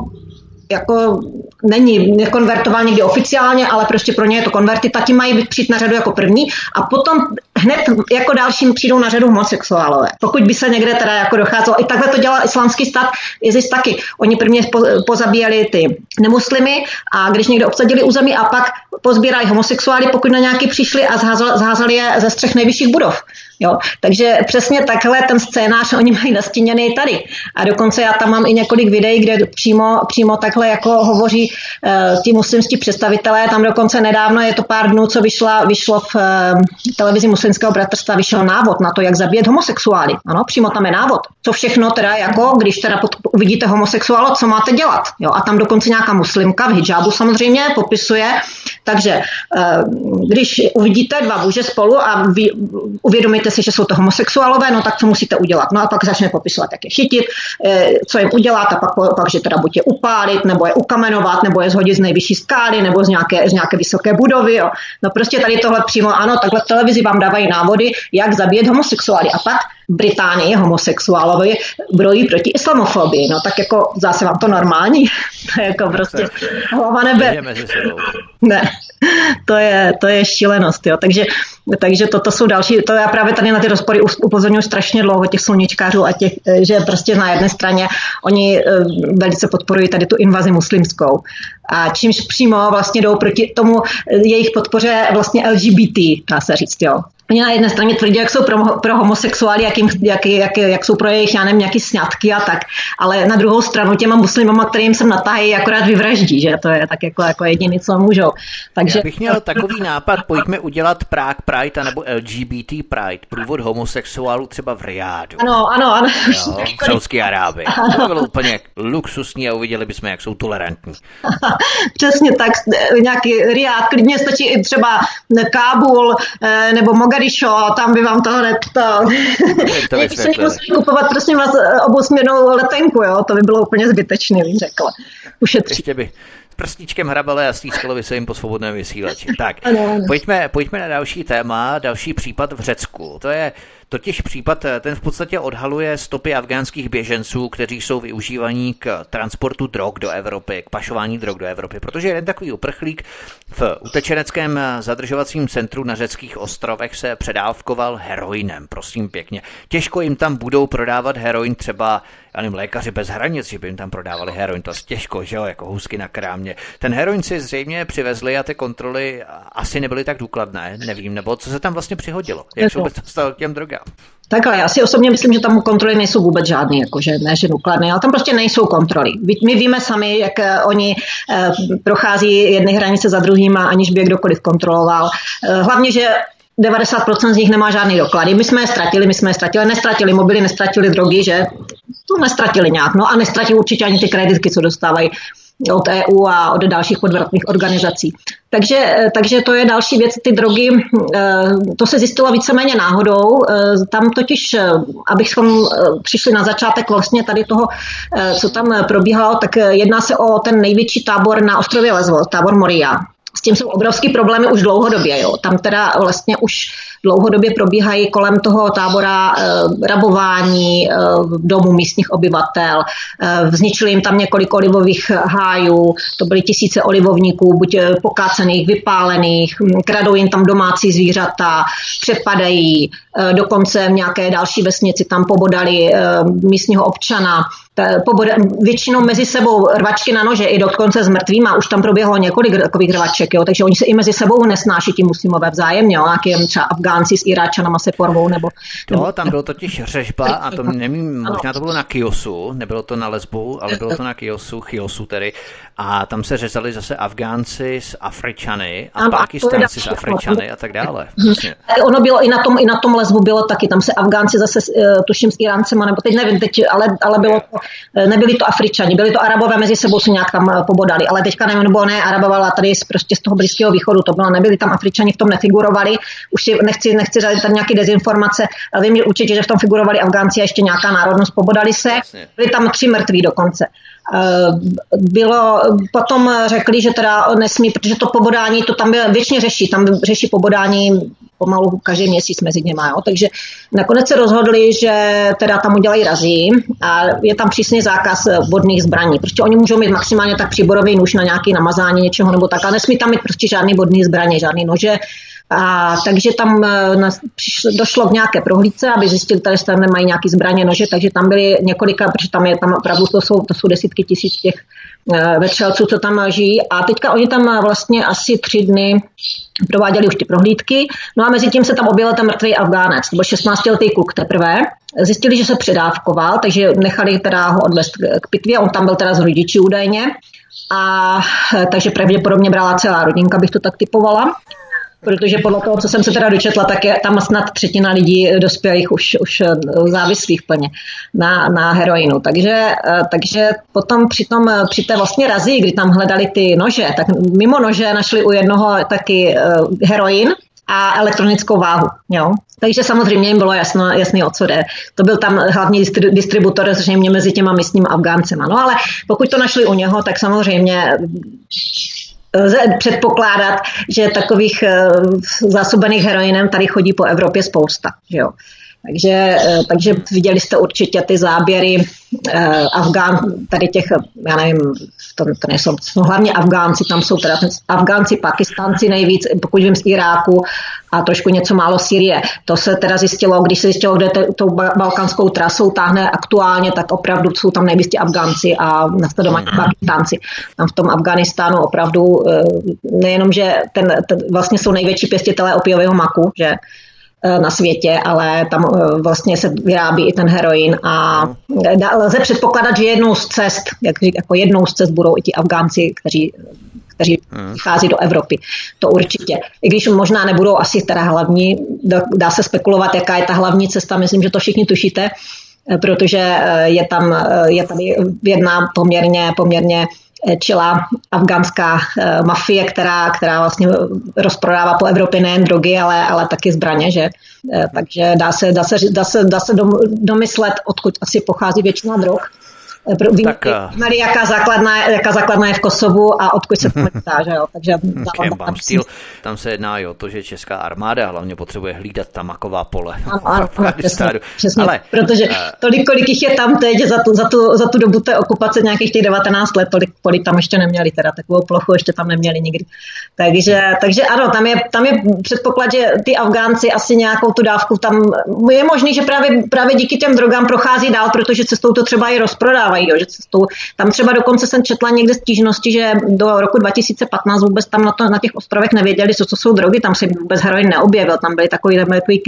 jako není nekonvertoval někdy oficiálně, ale prostě pro ně je to konvertita, ti mají přijít na řadu jako první a potom hned jako dalším přijdou na řadu homosexuálové. Pokud by se někde teda jako docházelo, i takhle to dělal islámský stát, ISIS taky. Oni prvně pozabíjeli ty nemuslimy a když někde obsadili území a pak pozbírali homosexuály, pokud na nějaký přišli a zházali je ze střech nejvyšších budov. Jo, takže přesně takhle ten scénář oni mají nastíněný tady. A dokonce já tam mám i několik videí, kde přímo takhle jako hovoří ti muslimští představitelé. Tam dokonce nedávno, je to pár dnů, co vyšlo v televizi Muslimského bratrstva, vyšel návod na to, jak zabíjet homosexuály. Ano, přímo tam je návod. Co všechno teda jako, když teda uvidíte homosexuála, co máte dělat. Jo, a tam dokonce nějaká muslimka v hidžábu samozřejmě popisuje. Takže když uvidíte dva muže spolu a vy uvědomíte si, že jsou to homosexuálové, no tak co musíte udělat? No a pak začne popisovat, jak je chytit, co jim udělat a pak že teda buď je upálit, nebo je ukamenovat, nebo je zhodit z nejvyšší skály, nebo z nějaké vysoké budovy. Jo. No prostě tady tohle přímo, ano, takhle v televizi vám dávají návody, jak zabíjet homosexuály. A pak Británii homosexuálové brojí proti islamofobii. No tak jako zase vám to normální. To je jako prostě hlava nebe. Ne, to je šílenost. Jo. Takže toto jsou další, to já právě tady na ty rozpory upozorňuji strašně dlouho těch sluníčkářů a těch, že prostě na jedné straně oni velice podporují tady tu invazi muslimskou. A čímž přímo vlastně jdou proti tomu jejich podpoře vlastně LGBT, dá se říct, jo. Oni na jedné straně tvrdí, jak jsou pro homosexuály, jak jsou pro jejich, já nevím, nějaký sňatky a tak, ale na druhou stranu těma muslimama, kterým se natahají, akorát vyvraždí, že to je tak jako jediný, co můžou. Takže... Já bych měl takový nápad, pojďme udělat Prague Pride anebo LGBT Pride, průvod homosexuálů třeba v Riádu. Ano. Jo, v Saudské Arábii. To bylo úplně luxusní a uviděli bychom, jak jsou tolerantní. Přesně tak, nějaký Riád, klidně stačí i třeba Kábul nebo Mogadišo, tam by vám to hned Když si nemusí kupovat prosím vás obousměrnou letenku, jo? To by bylo úplně zbytečné, bych řekla. Ušetří. Ještě by prstíčkem hrabale a stýskalo by se jim po svobodném vysílači. Tak, pojďme na další téma, další případ v Řecku. To je totiž případ, ten v podstatě odhaluje stopy afgánských běženců, kteří jsou využívaní k transportu drog do Evropy, k pašování drog do Evropy, protože jeden takový uprchlík v utečeneckém zadržovacím centru na řeckých ostrovech se předávkoval heroinem, prosím pěkně. Těžko jim tam budou prodávat heroin třeba, lékaři bez hranic, že by jim tam prodávali heroin, to těžko, že jo, jako husky na krámě. Ten heroin si zřejmě přivezli a ty kontroly asi nebyly tak důkladné, nevím, nebo co se tam vlastně přihodilo, jak se vůbec dostalo k těm drogám. Takhle, já si osobně myslím, že tam kontroly nejsou vůbec žádné, jakože ne, že důkladné, ale tam prostě nejsou kontroly. My víme sami, jak oni prochází jedny hranice za druhýma, aniž by je kdokoliv kontroloval. Hlavně, že 90% z nich nemá žádný doklady. My jsme je ztratili, nestratili mobily, nestratili drogy, že to nestratili nějak. No a nestratili určitě ani ty kreditky, co dostávají od EU a od dalších podvratných organizací. Takže to je další věc, ty drogy, to se zjistilo víceméně náhodou. Tam totiž, abychom přišli na začátek vlastně tady toho, co tam probíhalo, tak jedná se o ten největší tábor na ostrově Lesbos, tábor Moria. S tím jsou obrovský problémy už dlouhodobě. Jo. Tam teda vlastně už dlouhodobě probíhají kolem toho tábora rabování domů místních obyvatel. Zničili jim tam několik olivových hájů, to byly tisíce olivovníků, buď pokácených, vypálených, kradou jim tam domácí zvířata, přepadají, dokonce v nějaké další vesnici tam pobodali místního občana, většinou mezi sebou rvačky na nože, i dokonce s mrtvýma, už tam proběhlo několik takových rvaček, jo, takže oni se i mezi sebou nesnáší ti muslimové vzájemně, nějaký třeba Afgánci s Iráčanama se porvou, nebo tam bylo totiž řežba a to nevím, možná to bylo na Kiosu, nebylo to na Lesbu, ale bylo to na Chiosu tedy, a tam se řezali zase Afgánci s Afričany a Pákistánci s Afričany a tak dále. Ono bylo i na tom Lesbu bylo taky, tam se Afgánci zase tuším s Iráncema, nebo teď nevím, ale bylo to, nebyli to Afričani, byli to Arabové, mezi sebou se nějak tam pobodali, ale teďka nevím, nebo ne, Arabové, ale tady prostě z toho Blízkého východu to bylo, nebyli tam Afričani, v tom nefigurovali, už si nechci říct tam nějaké dezinformace, ale vím určitě, že v tom figurovali Afgánci a ještě nějaká národnost, pobodali se, byli tam 3 mrtví dokonce. Potom řekli, že teda nesmí, protože to pobodání, to tam věčně řeší pobodání pomalu každý měsíc mezi něma, jo. Takže nakonec se rozhodli, že teda tam udělají razii a je tam přísný zákaz vodných zbraní. Prostě oni můžou mít maximálně tak příborový nůž na nějaké namazání něčeho nebo tak, ale nesmí tam mít prostě žádný vodný zbraně, žádný nože. Takže tam došlo k nějaké prohlídce, aby zjistili, že tam nemají nějaké zbraně, nože, takže tam byly několika, protože tam opravdu to jsou desítky tisíc těch vetřelců, co tam žijí. A teďka oni tam vlastně asi 3 dny prováděli už ty prohlídky. No a mezi tím se tam objevil ten mrtvý Afgánec, to byl 16letý kluk teprve. Zjistili, že se předávkoval, takže nechali teda ho odvést k pitvě, on tam byl teda s rodiči údajně. Takže pravděpodobně brala celá rodinka, bych to tak typovala. Protože podle toho, co jsem se teda dočetla, tak je tam snad 1/3 lidí dospělých už závislých plně na heroinu. Takže potom při té vlastně razii, kdy tam hledali ty nože, tak mimo nože našli u jednoho taky heroin a elektronickou váhu. Jo? Takže samozřejmě jim bylo jasný, o co jde. To byl tam hlavní distributor zřejmě mezi těma místníma Afgáncema. No ale pokud to našli u něho, tak samozřejmě lze předpokládat, že takových zásobených heroinem tady chodí po Evropě spousta. Že jo? Takže viděli jste určitě ty záběry tady těch, já nevím, to nejsou, hlavně Afgánci, tam jsou teda Afgánci, Pakistánci nejvíc, pokud vím z Iráku a trošku něco málo Sýrie. To se teda zjistilo, když se zjistilo, kde tou balkánskou trasou táhne aktuálně, tak opravdu jsou tam nejvíc Afgánci a následovaní Pakistánci. Tam v tom Afghánistánu opravdu nejenom, že vlastně jsou největší pěstitelé opiového maku, že na světě, ale tam vlastně se vyrábí i ten heroin a lze předpokládat, že jednou z cest budou i ti Afgánci, kteří přichází do Evropy. To určitě. I když možná nebudou asi teda hlavní, dá se spekulovat, jaká je ta hlavní cesta, myslím, že to všichni tušíte, protože je tady jedna poměrně čila afgánská mafie, která vlastně rozprodává po Evropě nejen drogy, ale taky zbraně, že? Takže dá se domyslet, odkud asi pochází většina drog. Víme, jaká základna je v Kosovu a odkud se to chytá, že jo? Takže tam se jedná i o to, že česká armáda hlavně potřebuje hlídat tamaková pole. Ano, přesně. Ale, protože kolik jich je tam teď za tu dobu té okupace nějakých těch 19 let, tolik tam ještě neměli, teda takovou plochu ještě tam neměli nikdy. Takže ano, tam je předpoklad, že ty Afgánci asi nějakou tu dávku tam, je možný, že právě díky těm drogám prochází dál, protože cestou to třeba i rozprodávají, jo, že cestou, tam třeba dokonce jsem četla někde stížnosti, že do roku 2015 vůbec tam na těch ostrovech nevěděli, co jsou drogy, tam se vůbec heroin neobjevil, tam byly takový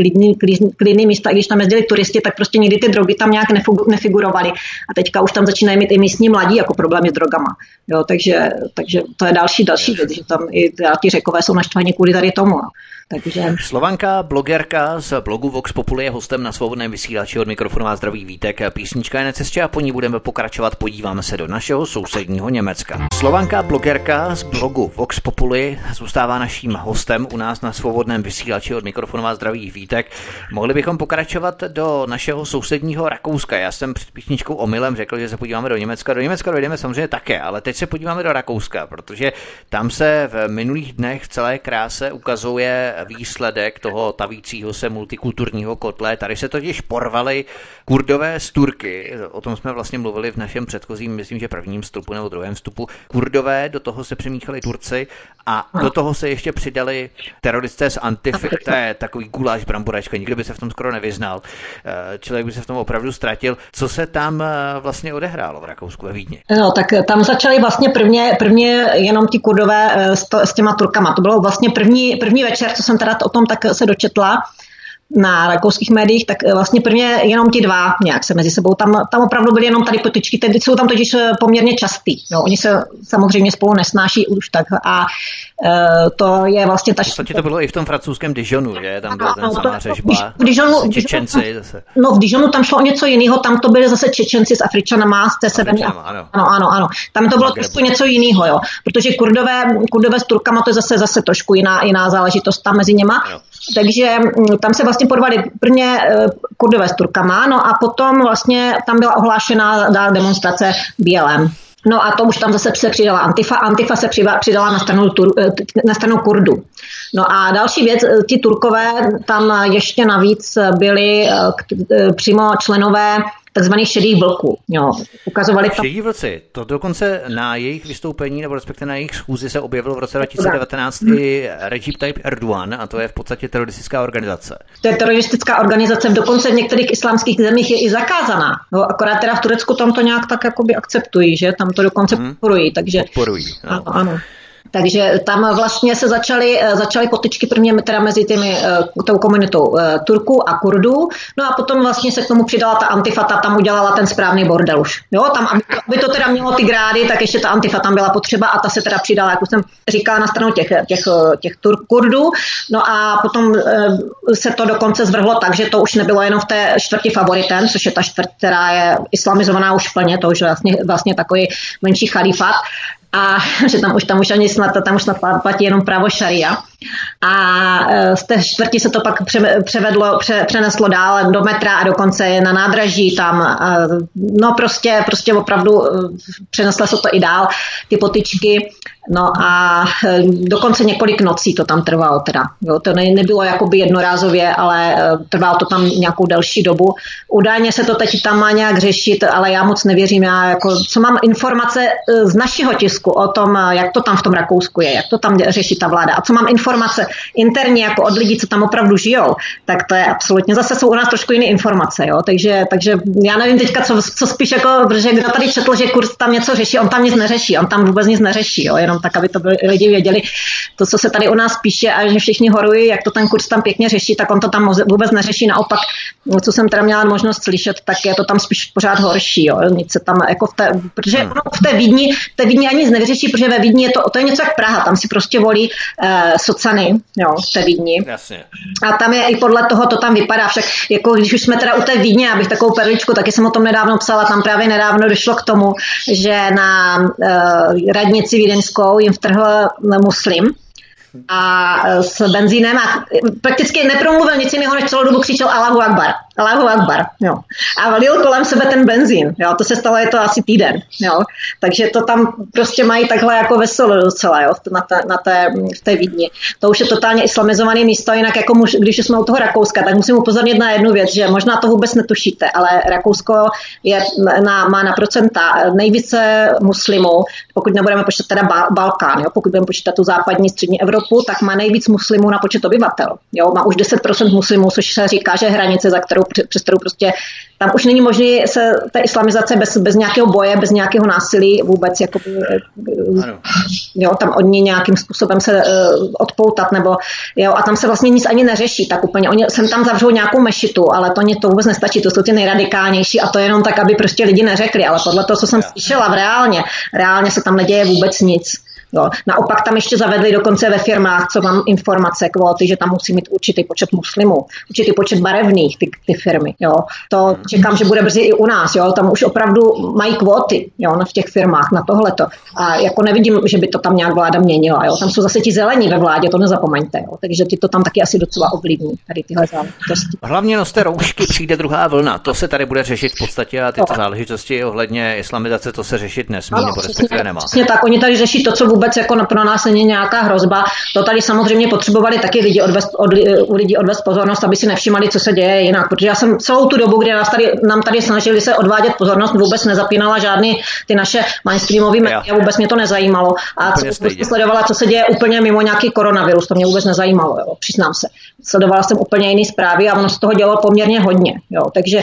klidný místa, když tam jezdili turisti, tak prostě nikdy ty drogy tam nějak nefigurovaly. A teďka už tam začínají mít i místní mladí jako problémy s drogama. Jo, takže to je další věc, že tam i ti Řekové jsou naštvaní kvůli tady tomu. Takže... Slovanka, blogerka z blogu Vox Populi je hostem na Svobodném vysílači, od mikrofonu vás zdraví Vítek. Písnička je na cestě a po ní budeme pokračovat. Podíváme se do našeho sousedního Německa. Slovanka, blogerka z blogu Vox Populi zůstává naším hostem u nás na Svobodném vysílači, od mikrofonu vás zdraví Vítek. Mohli bychom pokračovat do našeho sousedního Rakouska. Já jsem před písničkou omylem řekl, že se podíváme do Německa. Do Německa dojdeme samozřejmě také, ale teď se podíváme do Rakouska, protože tam se v minulých dnech v celé kráse ukazuje výsledek toho tavícího se multikulturního kotle. Tady se totiž porvali Kurdové z Turky. O tom jsme vlastně mluvili v našem předchozím, myslím, že prvním vstupu nebo druhém vstupu. Kurdové, do toho se přimíchali Turci a do toho se ještě přidali teroristé z Antify. To je takový guláš bramboračka, nikdo by se v tom skoro nevyznal. Člověk by se v tom opravdu ztratil. Co se tam vlastně odehrálo v Rakousku, ve Vídni? No, tak tam začali vlastně prvně jenom ti Kurdové s těma Turkama. To bylo vlastně první večer, co jsem teda o tom tak se dočetla na rakouských médiích, tak vlastně prvně jenom ti dva nějak se mezi sebou. Tam opravdu byly jenom tady potyčky, ty jsou tam totiž poměrně častý. No, oni se samozřejmě spolu nesnáší už tak a to je vlastně ta... V podstatě to bylo i v tom francouzském Dijonu, že? Tam byla ten samá řežba. Čečenci zase. No v Dijonu tam šlo o něco jiného, tam to byly zase Čečenci s Afričanama, z té severní. Ano. Tam to bylo trošku něco jiného, jo. Protože Kurdové s Turkama, to je zase trošku jiná záležitost tam mezi něma. Jo. Takže tam se vlastně podvali prvně Kurdové s Turkama, no a potom vlastně tam byla ohlášena demonstrace BLM. No a to už tam zase se přidala Antifa. Antifa se přidala na stranu Kurdů. No a další věc, ti Turkové tam ještě navíc byli přímo členové takzvaných šedých vlků. Jo, ukazovali tam... Šedí vlci, to dokonce na jejich vystoupení, nebo respektive na jejich schůzi se objevilo v roce 2019 i Recep Tayyip Erdogan, a to je v podstatě teroristická organizace. To je teroristická organizace, dokonce v některých islámských zemích je i zakázaná. No, akorát teda v Turecku tam to nějak tak jakoby akceptují, že? Tam to dokonce podporují. Takže... Podporují, no. Ano. Takže tam vlastně se začaly potyčky prvně teda mezi tou komunitou Turků a Kurdů, no a potom vlastně se k tomu přidala ta Antifa, tam udělala ten správný bordel už. Jo, tam, aby to teda mělo ty grády, tak ještě ta Antifa tam byla potřeba a ta se teda přidala, jak už jsem říkala, na stranu těch Kurdů, no a potom se to dokonce zvrhlo tak, že to už nebylo jenom v té čtvrti Favoriten, což je ta čtvrt, která je islamizovaná už plně, to už vlastně takový menší chalífát, a že tam už ani snad platí jenom právo šaria. A z té čtvrti se to pak přeneslo dál do metra a dokonce na nádraží tam. No prostě opravdu přeneslo se to i dál, ty potyčky. No a dokonce několik nocí to tam trvalo teda. Jo, to nebylo jakoby jednorázově, ale trvalo to tam nějakou delší dobu. Údajně se to teď tam má nějak řešit, ale já moc nevěřím. Co mám informace z našeho tisku o tom, jak to tam v tom Rakousku je, jak to tam řeší ta vláda a co mám informace interně jako od lidí, co tam opravdu žijou, tak to je absolutně, zase jsou u nás trošku jiné informace, jo, takže já nevím teďka, co spíš jako, protože kdo tady četl, že kurz tam něco řeší, on tam nic neřeší, on tam vůbec nic neřeší, jo, jenom tak, aby to lidi věděli, to, co se tady u nás píše a že všichni horují, jak to ten kurz tam pěkně řeší, tak on to tam vůbec neřeší, naopak, co jsem teda měla možnost slyšet, tak je to tam spíš pořád horší, jo, nic se tam jako protože v té Vídni ani nic nevyřeší, protože ve Vídni to je něco jak Praha, tam si prostě volí socany, jo, v té Vídni. Jasně. A tam je i podle toho to tam vypadá, však jako když už jsme teda u té Vídně, abych takovou perličku, taky jsem o tom nedávno psala, tam právě nedávno došlo k tomu, že na radnici vídeňskou jim vtrhl muslim a s benzínem a prakticky nepromluvil nic jiného, než celou dobu křičel Allahu Akbar. Allahu Akbar, jo. A valil kolem sebe ten benzín, jo. To se stalo, je to asi týden, jo. Takže to tam prostě mají takhle jako veselo docela, jo, v té Vídni. To už je totálně islamizované místo, jinak jako když jsme u toho Rakouska, tak musím upozornit na jednu věc, že možná to vůbec netušíte, ale Rakousko má na procenta nejvíce muslimů, pokud nebudeme počítat teda Balkán, jo, pokud budeme počítat tu západní střední Evropu, tak má nejvíc muslimů na počet obyvatel. Jo, má už 10% muslimů, což se říká, že je hranice, přes kterou prostě tam už není možné se ta islamizace bez nějakého boje, bez nějakého násilí vůbec jako, jo, tam od ní nějakým způsobem se odpoutat, nebo jo, a tam se vlastně nic ani neřeší, tak úplně. Oni sem tam zavřou nějakou mešitu, ale to vůbec nestačí, to jsou ty nejradikálnější a to jenom tak, aby prostě lidi neřekli, ale podle toho, co jsem slyšela reálně se tam neděje vůbec nic. Jo. Naopak tam ještě zavedli dokonce ve firmách, co mám informace, kvóty, že tam musí mít určitý počet muslimů, určitý počet barevných ty firmy. Jo. To čekám, že bude brzy i u nás. Jo. Tam už opravdu mají kvóty, jo, v těch firmách na tohleto. A jako nevidím, že by to tam nějak vláda měnila. Jo. Tam jsou zase ti zelení ve vládě, to nezapomeňte. Jo. Takže ty to tam taky asi docela ovlivní, tady tyhle záležitosti. Hlavně z té roušky přijde druhá vlna. To se tady bude řešit v podstatě a tyto záležitosti ohledně islamizace, to se řešit nesmí, nebo respektive nemá. Přesně tak, oni tady řeší to, co vůbec jako pro nás není nějaká hrozba. To tady samozřejmě potřebovali taky u lidí odvést pozornost, aby si nevšimali, co se děje jinak. Protože já jsem celou tu dobu, kdy nám tady snažili se odvádět pozornost, vůbec nezapínala žádný ty naše mainstreamové média, vůbec mě to nezajímalo. A sledovala, co se děje úplně mimo nějaký koronavirus, to mě vůbec nezajímalo, jo, přiznám se. Sledovala jsem úplně jiné zprávy a ono z toho dělalo poměrně hodně. Jo. Takže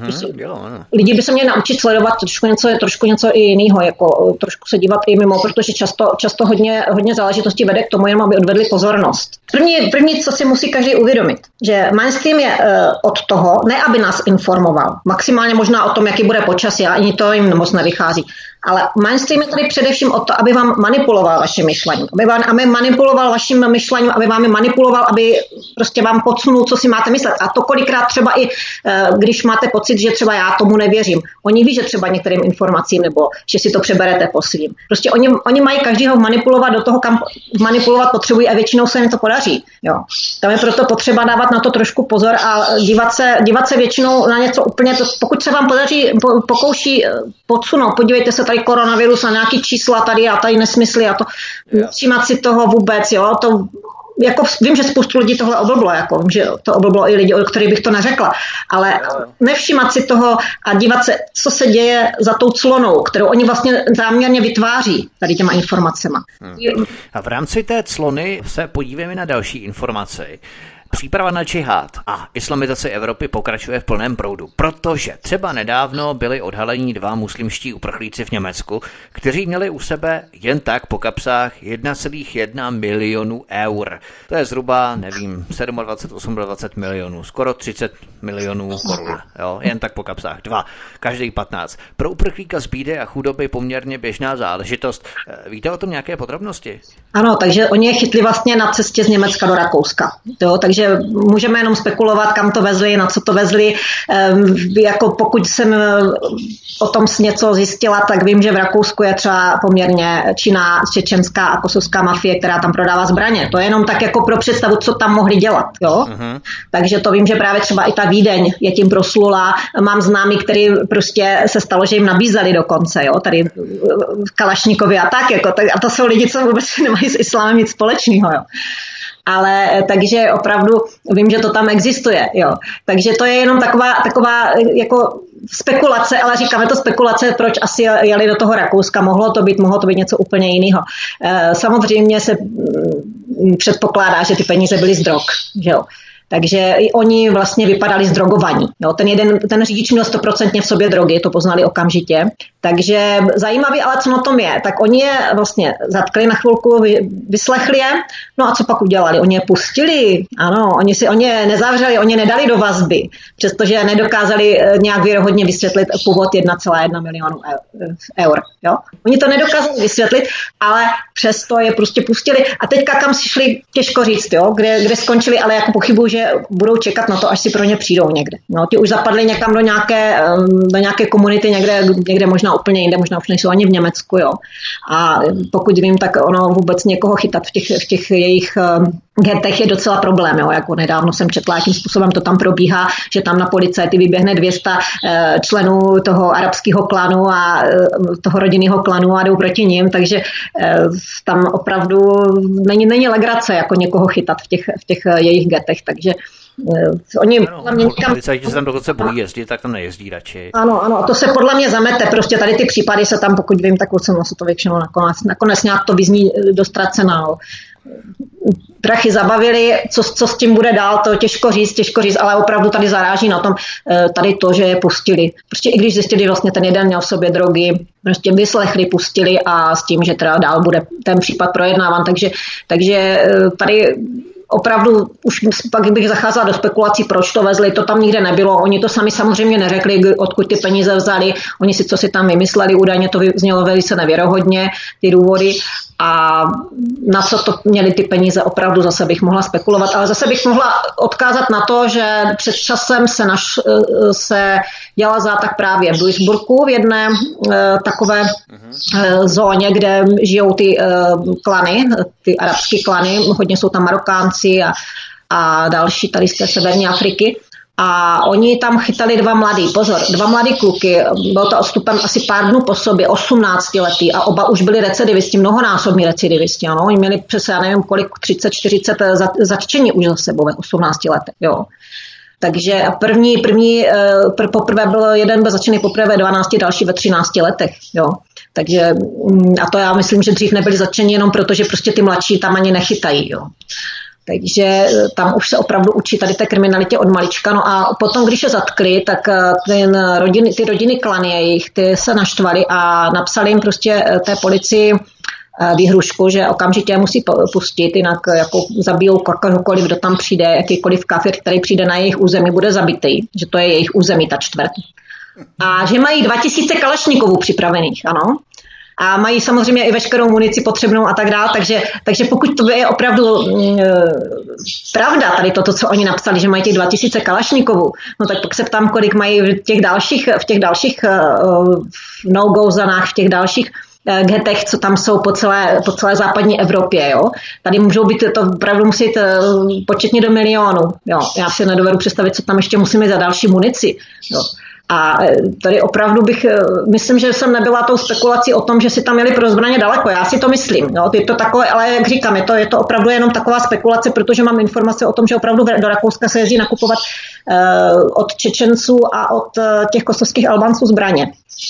lidi by se měli naučit sledovat trošku něco i jiného, jako trošku se dívat i mimo, protože často hodně záležitostí vede k tomu, jenom aby odvedli pozornost. První, co si musí každý uvědomit, že mainstream je od toho, ne aby nás informoval, maximálně možná o tom, jaký bude počasí, a ani to jim moc nevychází. Ale mainstream je tady především o to, aby vám manipuloval vaším myšlením. Aby manipuloval vaším myšlením, aby vám manipuloval, aby prostě vám podsunul, co si máte myslet. A to kolikrát třeba i, když máte pocit, že třeba já tomu nevěřím. Oni ví, že třeba některým informacím, nebo že si to přeberete po svým. Prostě oni mají každého manipulovat do toho, kam manipulovat potřebují a většinou se jim to podaří. Jo. Tam je proto potřeba dávat na to trošku pozor a dívat se většinou na něco úplně, pokud se vám pokouší podsunout, podívejte se tady koronavirus a nějaký čísla tady a tady nesmysly a to všímat si toho vůbec, jo, to jako vím, že spoustu lidí tohle oblblo, jako vím, že to oblblo i lidi, o kterých bych to neřekla, ale nevšímat si toho a dívat se, co se děje za tou clonou, kterou oni vlastně záměrně vytváří tady těma informacema. A v rámci té clony se podívejme na další informace. Příprava na džihád a islamizace Evropy pokračuje v plném proudu, protože třeba nedávno byli odhaleni 2 muslimští uprchlíci v Německu, kteří měli u sebe jen tak po kapsách 1,1 milionu eur. To je zhruba, 27, 28 milionů, skoro 30 milionů korun. Jo, jen tak po kapsách, 2, každý 15. Pro uprchlíka z bídy a chudoby poměrně běžná záležitost. Víte o tom nějaké podrobnosti? Ano, takže oni je chytli vlastně na cestě z Německa do Rakouska. Jo, takže můžeme jenom spekulovat, kam to vezli, na co to vezli. Jako pokud jsem o tom něco zjistila, tak vím, že v Rakousku je třeba poměrně činná čečenská a kosovská mafie, která tam prodává zbraně. To je jenom tak jako pro představu, co tam mohli dělat. Jo? Takže to vím, že právě třeba i ta Vídeň je tím proslula. Mám známý, který prostě se stalo, že jim nabízeli dokonce, jo? Tady Kalašníkovi a tak. Jako, a to jsou lidi, co vůbec nemají s islámem nic společného. Jo? Ale takže opravdu vím, že to tam existuje, jo. Takže to je jenom taková jako spekulace, ale říkáme to spekulace, proč asi jeli do toho Rakouska, mohlo to být něco úplně jiného. Samozřejmě se předpokládá, že ty peníze byly z drog, že jo. Takže i oni vlastně vypadali zdrogovaní. Jo, ten řidič měl 100% v sobě drogy, to poznali okamžitě. Takže zajímavý, ale co na tom je, tak oni je vlastně zatkli na chvilku, vyslechli je, no a co pak udělali? Oni je pustili, ano, oni je nezavřeli, oni je nedali do vazby, přestože nedokázali nějak věrohodně vysvětlit původ 1,1 milionu eur. Jo? Oni to nedokázali vysvětlit, ale přesto je prostě pustili a teďka kam si šli, těžko říct, jo? Kde skončili, ale jako pochybuju, že budou čekat na to, až si pro ně přijdou někde. No, ti už zapadli někam do nějaké komunity, někde možná úplně jinde, možná už nejsou ani v Německu, jo. A pokud vím, tak ono vůbec někoho chytat v těch jejich getech je docela problém. Jo. Jako nedávno jsem četla, jakým způsobem to tam probíhá, že tam na policajty vyběhne 200 členů toho arabského klanu a toho rodinného klanu a jdou proti nim, takže tam opravdu není legrace jako někoho chytat v těch jejich getech, takže oni policajti se tam dokonce bojí jezdit, tak tam nejezdí radši. Ano, to se podle mě zamete, prostě tady ty případy se tam, pokud vím, tak ocenou se to většinou nakonec nějak to vyzní dostracená. Prachy zabavili, co s tím bude dál, to těžko říct, ale opravdu tady zaráží na tom tady to, že je pustili. Prostě i když zjistili, vlastně ten jeden měl v sobě drogy, prostě vyslechli, pustili a s tím, že teda dál bude ten případ projednáván, takže tady opravdu už pak bych zacházela do spekulací, proč to vezli, to tam nikde nebylo. Oni to sami samozřejmě neřekli, odkud ty peníze vzali. Oni si co si tam vymysleli, údajně to znělo velice nevěrohodně, ty důvody. A na co to měli ty peníze, opravdu zase bych mohla spekulovat, ale zase bych mohla odkázat na to, že před časem se dělal zátah právě v Duisburgu v jedné takové zóně, kde žijou ty klany, ty arabské klany, hodně jsou tam Marokánci a další tady z té severní Afriky. A oni tam chytali dva mladý kluky, bylo to odstupem asi pár dnů po sobě, 18letý a oba už byli recidivisti, mnohonásobní recidivisti, ano, oni měli přes, já nevím kolik, 30-40 zatčení už za sebou ve 18 letech, jo. Takže poprvé jeden byl zatčený poprvé ve 12, další ve 13 letech, jo. Takže, a to já myslím, že dřív nebyli zatčeni jenom proto, že prostě ty mladší tam ani nechytají, jo. Takže tam už se opravdu učí tady té kriminalitě od malička. No a potom, když je zatkli, tak ty rodiny klany jejich, ty se naštvali a napsali jim prostě té policii výhrušku, že okamžitě musí pustit, jinak jako zabijou kohokoliv, kdo tam přijde, jakýkoliv kafir, který přijde na jejich území, bude zabitý, že to je jejich území, ta čtvrt. A že mají 2000 kalašnikovů připravených, ano. A mají samozřejmě i veškerou munici potřebnou a tak dále, takže pokud to je opravdu pravda, tady toto, co oni napsali, že mají těch 2000 kalašnikovů, no tak pak se ptám, kolik mají v těch dalších no-go zónách, v těch dalších getech, co tam jsou po celé západní Evropě, jo. Tady můžou být, to opravdu musí jít početně do milionů, jo. Já si nedovedu představit, co tam ještě musíme za další munici, jo. A tady opravdu myslím, že jsem nebyla tou spekulací o tom, že si tam jeli pro zbraně daleko. Já si to myslím. Jo. Je to takové, ale jak říkám, je to opravdu jenom taková spekulace, protože mám informace o tom, že opravdu do Rakouska se jezdí nakupovat od Čečenců a od těch kosovských Albánců zbraně.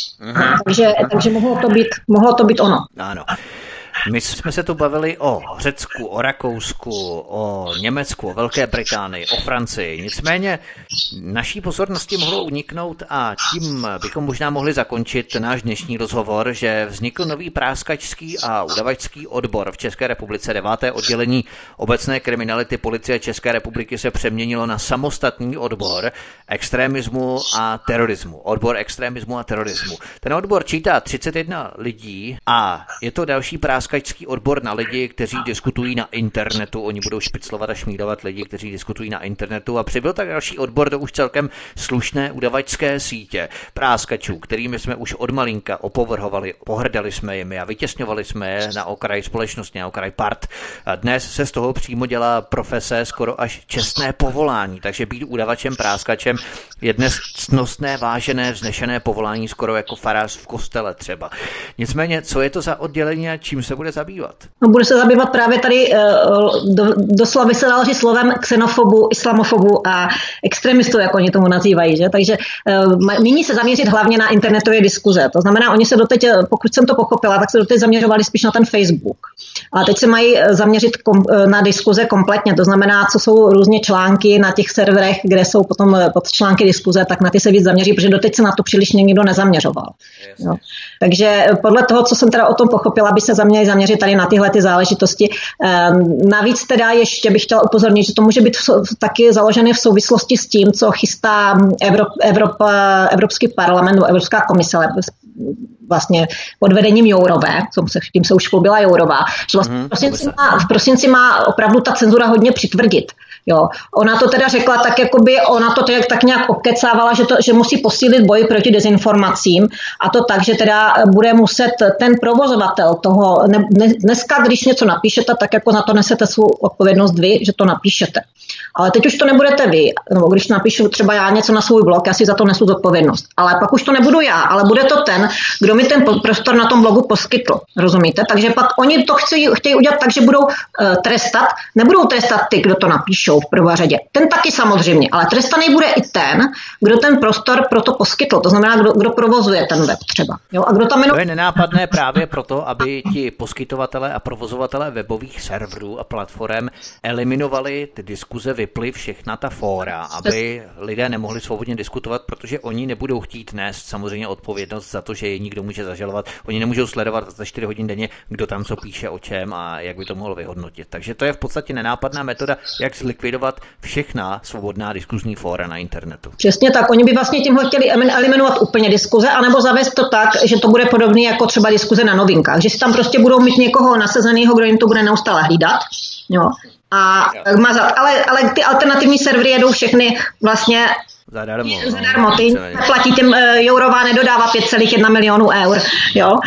Takže mohlo to být ono. Ano. My jsme se tu bavili o Řecku, o Rakousku, o Německu, o Velké Británii, o Francii. Nicméně naší pozornosti mohlo uniknout a tím bychom možná mohli zakončit náš dnešní rozhovor, že vznikl nový práskačský a udavačský odbor v České republice. 9. oddělení obecné kriminality Policie České republiky se přeměnilo na samostatný odbor extremismu a terorismu. Odbor extremismu a terorismu. Ten odbor čítá 31 lidí a je to další práskačský odbor na lidi, kteří diskutují na internetu. Oni budou špiclovat a šmídovat lidi, kteří diskutují na internetu a přibyl tak další odbor do už celkem slušné udavačské sítě práskačů, kterými jsme už od malinka opovrhovali, pohrdali jsme jimi a vytěsňovali jsme je na okraj společnosti, na okraj part. A dnes se z toho přímo dělá profese, skoro až čestné povolání, takže být udavačem, práskačem je dnes ctnostné, vážené, vznešené povolání, skoro jako farář v kostele třeba. Nicméně, co je to za oddělení a čím se bude zabývat? No, bude se zabývat právě tady doslova se dalo říct slovem xenofobu, islamofobu a extremistů, jak oni tomu nazývají. Že? Takže míní se zaměřit hlavně na internetové diskuze. To znamená, oni se doteď, pokud jsem to pochopila, tak se doteď zaměřovali spíš na ten Facebook. A teď se mají zaměřit na diskuze kompletně. To znamená, co jsou různě články na těch serverech, kde jsou potom články diskuze, tak na ty se víc zaměří, protože doteď se na to příliš nikdo nezaměřoval. Jo. Takže podle toho, co jsem teda o tom pochopila, by se měli zaměřit tady na tyhle ty záležitosti. Navíc teda ještě bych chtěla upozornit, že to může být taky založené v souvislosti s tím, co chystá Evropský parlament, Evropská komise, vlastně pod vedením Jourové, tím se už chlubila Jourová, že vlastně v prosinci má opravdu ta cenzura hodně přitvrdit. Jo. Ona to teda řekla tak, jakoby ona to tak nějak okecávala, že musí posílit boj proti dezinformacím a to tak, že teda bude muset ten provozovatel toho, dneska, když něco napíšete, tak jako na to nesete svou odpovědnost vy, že to napíšete. Ale teď už to nebudete vy, nebo když napíšu třeba já něco na svůj blog, já si za to nesu zodpovědnost. Ale pak už to nebudu já, ale bude to ten, kdo mi ten prostor na tom blogu poskytl. Rozumíte? Takže pak oni to chtějí udělat tak, že budou trestat, nebudou trestat ty, kdo to napíšou v prvé řadě. Ten taky samozřejmě, ale trestaný bude i ten, kdo ten prostor pro to poskytl. To znamená, kdo provozuje ten web třeba. Jo? A kdo tam To je nenápadné právě proto, aby ti poskytovatelé a provozovatelé webových serverů a platform eliminovali ty diskuze, vyply všechna ta fóra, aby lidé nemohli svobodně diskutovat, protože oni nebudou chtít nést samozřejmě odpovědnost za to, že je někdo může zažalovat. Oni nemůžou sledovat za 4 hodin denně, kdo tam co píše, o čem a jak by to mohlo vyhodnotit. Takže to je v podstatě nenápadná metoda, jak zlikvidovat všechna svobodná diskuzní fóra na internetu. Přesně tak. Oni by vlastně tímhle chtěli eliminovat úplně diskuze, anebo zavést to tak, že to bude podobné jako třeba diskuze na Novinkách, že si tam prostě budou mít někoho nasazeného, kdo jim to bude neustále hlídat. Jo. A mazat. Ale ty alternativní servery jedou všechny vlastně zadarmo. Ty platí těm Jourová nedodává 5,1 milionu eur. Jo?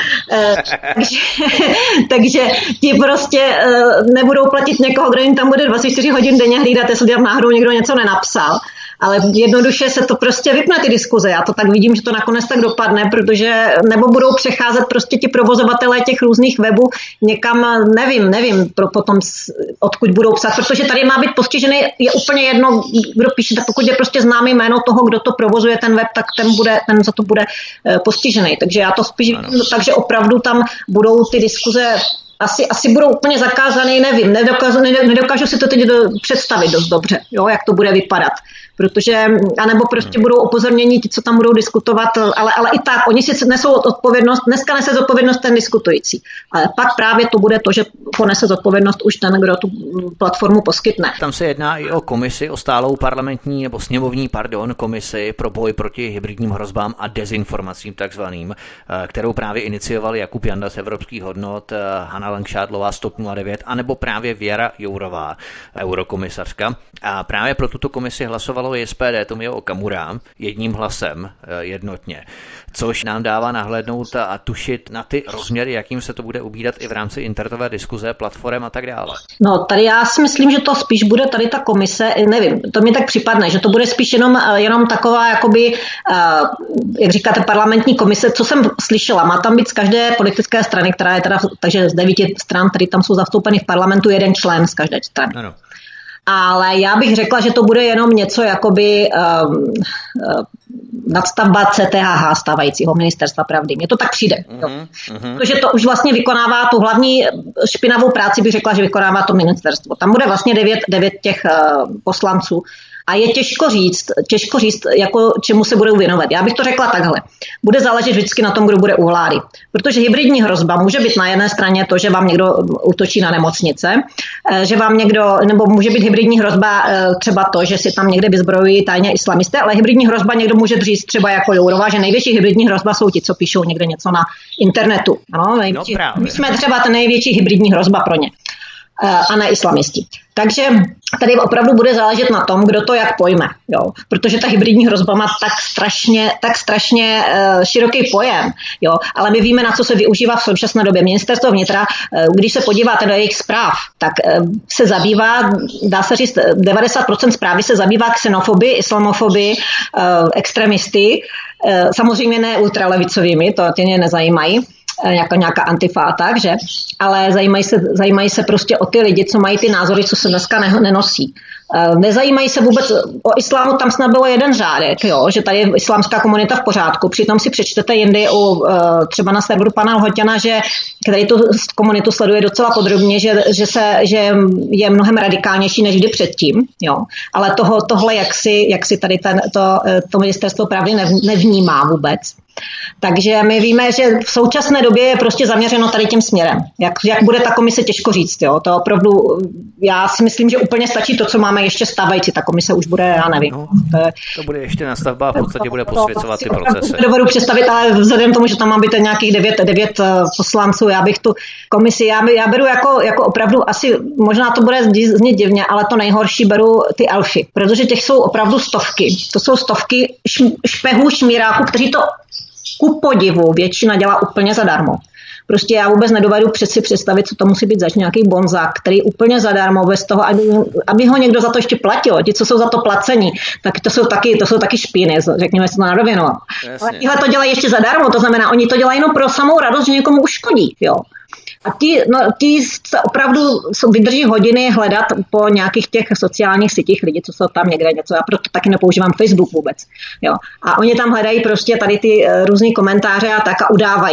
takže ti prostě nebudou platit někoho, kdo jim tam bude 24 hodin denně hlídat, jestli tam náhodou někdo něco nenapsal. Ale jednoduše se to prostě vypne ty diskuze. Já to tak vidím, že to nakonec tak dopadne, protože nebo budou přecházet prostě ti provozovatelé těch různých webů někam, nevím potom, odkud budou psát, protože tady má být postižený, je úplně jedno, kdo píše, tak pokud je prostě známý jméno toho, kdo to provozuje ten web, tak ten za to bude postižený. Takže já to spíš vidím, takže opravdu tam budou ty diskuze asi budou úplně zakázané, nevím, nedokážu si to teď představit dost dobře, jo, jak to bude vypadat. Protože, anebo prostě budou upozorněni ti, co tam budou diskutovat, ale i tak, oni si nesou odpovědnost, dneska nese zodpovědnost ten diskutující. Ale pak právě to bude to, že ponese zodpovědnost už ten, kdo tu platformu poskytne. Tam se jedná i o komisi, o stálou parlamentní nebo sněmovní, komisi pro boj proti hybridním hrozbám a dezinformacím takzvaným, kterou právě iniciovali Jakub Janda z Evropských hodnot, Hana Langšádlová z TOP 09, anebo právě Věra Jourová, eurokomisařka. A právě pro tuto komisi hlasovalo SPD Tomio Okamura jedním hlasem jednotně, což nám dává nahlédnout a tušit na ty rozměry, jakým se to bude ubírat i v rámci internetové diskuze, platform a tak dále. No, tady já si myslím, že to spíš bude tady ta komise, nevím, to mi tak připadne, že to bude spíš jenom taková, jakoby, jak říkáte, parlamentní komise, co jsem slyšela, má tam být z každé politické strany, která je teda, takže z 9 stran, které tam jsou zastoupeny v parlamentu, jeden člen z každé strany. Ano. Ale já bych řekla, že to bude jenom něco jakoby nadstavba CTHH stávajícího ministerstva pravdy. Mně to tak přijde. Protože to už vlastně vykonává tu hlavní špinavou práci, bych řekla, že vykonává to ministerstvo. Tam bude vlastně 9 těch poslanců. A je těžko říct, jako čemu se budou věnovat. Já bych to řekla takhle. Bude záležet vždycky na tom, kdo bude u vlády. Protože hybridní hrozba může být na jedné straně to, že vám někdo útočí na nemocnice, že vám nebo může být hybridní hrozba třeba to, že si tam někde vyzbrojují tajně islamisté, ale hybridní hrozba někdo může říct třeba jako Jourová, že největší hybridní hrozba jsou ti, co píšou někde něco na internetu. Ano, my jsme třeba ten největší hybridní hrozba pro ně. A ne islamisti. Takže tady opravdu bude záležet na tom, kdo to jak pojme. Jo? Protože ta hybridní hrozba má tak strašně široký pojem. Jo? Ale my víme, na co se využívá v současné době. Ministerstvo vnitra, když se podíváte do jejich zpráv, tak se zabývá, dá se říct, 90% zprávy se zabývá xenofobii, islamofobii, extremisty, samozřejmě ne ultralevicovými, to tě nezajímají, jako nějaká antifa a tak, že? Ale zajímají se prostě o ty lidi, co mají ty názory, co se dneska nenosí. Nezajímají se vůbec o islámu, tam snad bylo jeden řádek, jo, že tady je islámská komunita v pořádku. Přitom si přečtete jindy třeba na serveru pana Lhoťana, že který tu komunitu sleduje docela podrobně, že je mnohem radikálnější než kdy předtím. Jo. Ale tohle jak si tady to ministerstvo pravdy nevnímá vůbec. Takže my víme, že v současné době je prostě zaměřeno tady tím směrem. Jak bude ta komise, těžko říct. Jo? To opravdu, já si myslím, že úplně stačí to, co máme ještě stávající. Ta komise už bude, já nevím. No, to bude ještě nastavba a v podstatě bude posvěcovat ty procesy. Dovedu představit, ale vzhledem k tomu, že tam má být nějakých 9 poslanců, já bych tu komisi, já beru jako opravdu asi, možná to bude znít divně, ale to nejhorší beru ty alfy, protože těch jsou opravdu stovky. To jsou stovky špehů, šmíráků, kteří to ku podivu většina dělá úplně zadarmo. Prostě já vůbec nedovedu přeci představit, co to musí být zač nějaký bonzák, který úplně zadarmo, bez toho, aby ho někdo za to ještě platil. Ti, co jsou za to placení, tak to jsou taky špíny, řekněme si to na rovinu. Ale tihle to dělají ještě zadarmo, to znamená, oni to dělají jenom pro samou radost, že někomu uškodí. Jo. A ti se opravdu vydrží hodiny hledat po nějakých těch sociálních sítích lidí, co jsou tam někde něco. Já proto taky nepoužívám Facebook vůbec. Jo. A oni tam hledají prostě tady ty různý komentáře a tak a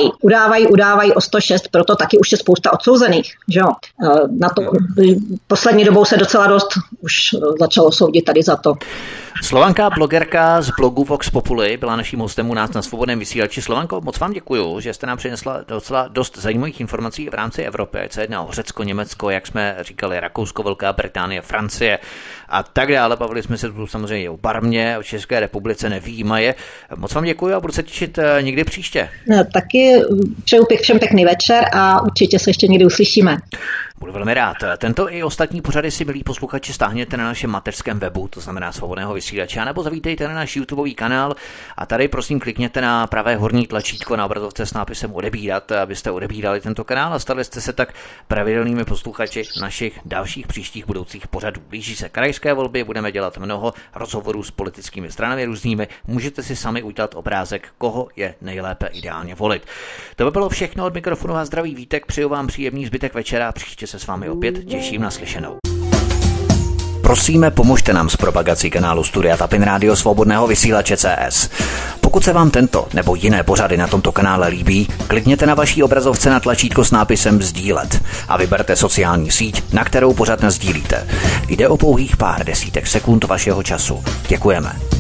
udávají o 106, proto taky už je spousta odsouzených. Že jo. Na to poslední dobou se docela dost už začalo soudit tady za to. Slovanka, blogerka z blogu Vox Populi byla naším hostem u nás na Svobodném vysílači. Slovanko, moc vám děkuju, že jste nám přinesla docela dost zajímavých informací v rámci Evropy, ať se jedná o Řecko, Německo, jak jsme říkali, Rakousko, Velká Británie, Francie a tak dále. Bavili jsme se tu samozřejmě o Barmě, o České republice, nevyjímaje. Moc vám děkuju a budu se těšit někdy příště. Taky přeju všem pěkný večer a určitě se ještě někdy uslyšíme. Budu velmi rád. Tento i ostatní pořady si, milí posluchači, stáhněte na našem mateřském webu, to znamená Svobodného vysílače, nebo zavítejte na náš YouTubeový kanál a tady prosím klikněte na pravé horní tlačítko na obrazovce s nápisem odebírat, abyste odebírali tento kanál a stali jste se tak pravidelnými posluchači našich dalších příštích budoucích pořadů. Blíží se krajské volby, budeme dělat mnoho rozhovorů s politickými stranami různými, můžete si sami udělat obrázek, koho je nejlépe ideálně volit. To by bylo všechno od mikrofonu a zdraví Vítek, přeju vám příjemný zbytek večera, příště se s vámi opět těším na slyšenou. Prosíme, pomožte nám s propagací kanálu Studia Tapin Rádio Svobodného vysílače CS. Pokud se vám tento nebo jiné pořady na tomto kanále líbí, klikněte na vaší obrazovce na tlačítko s nápisem sdílet a vyberte sociální síť, na kterou pořad nasdílíte. Jde o pouhých pár desítek sekund vašeho času. Děkujeme.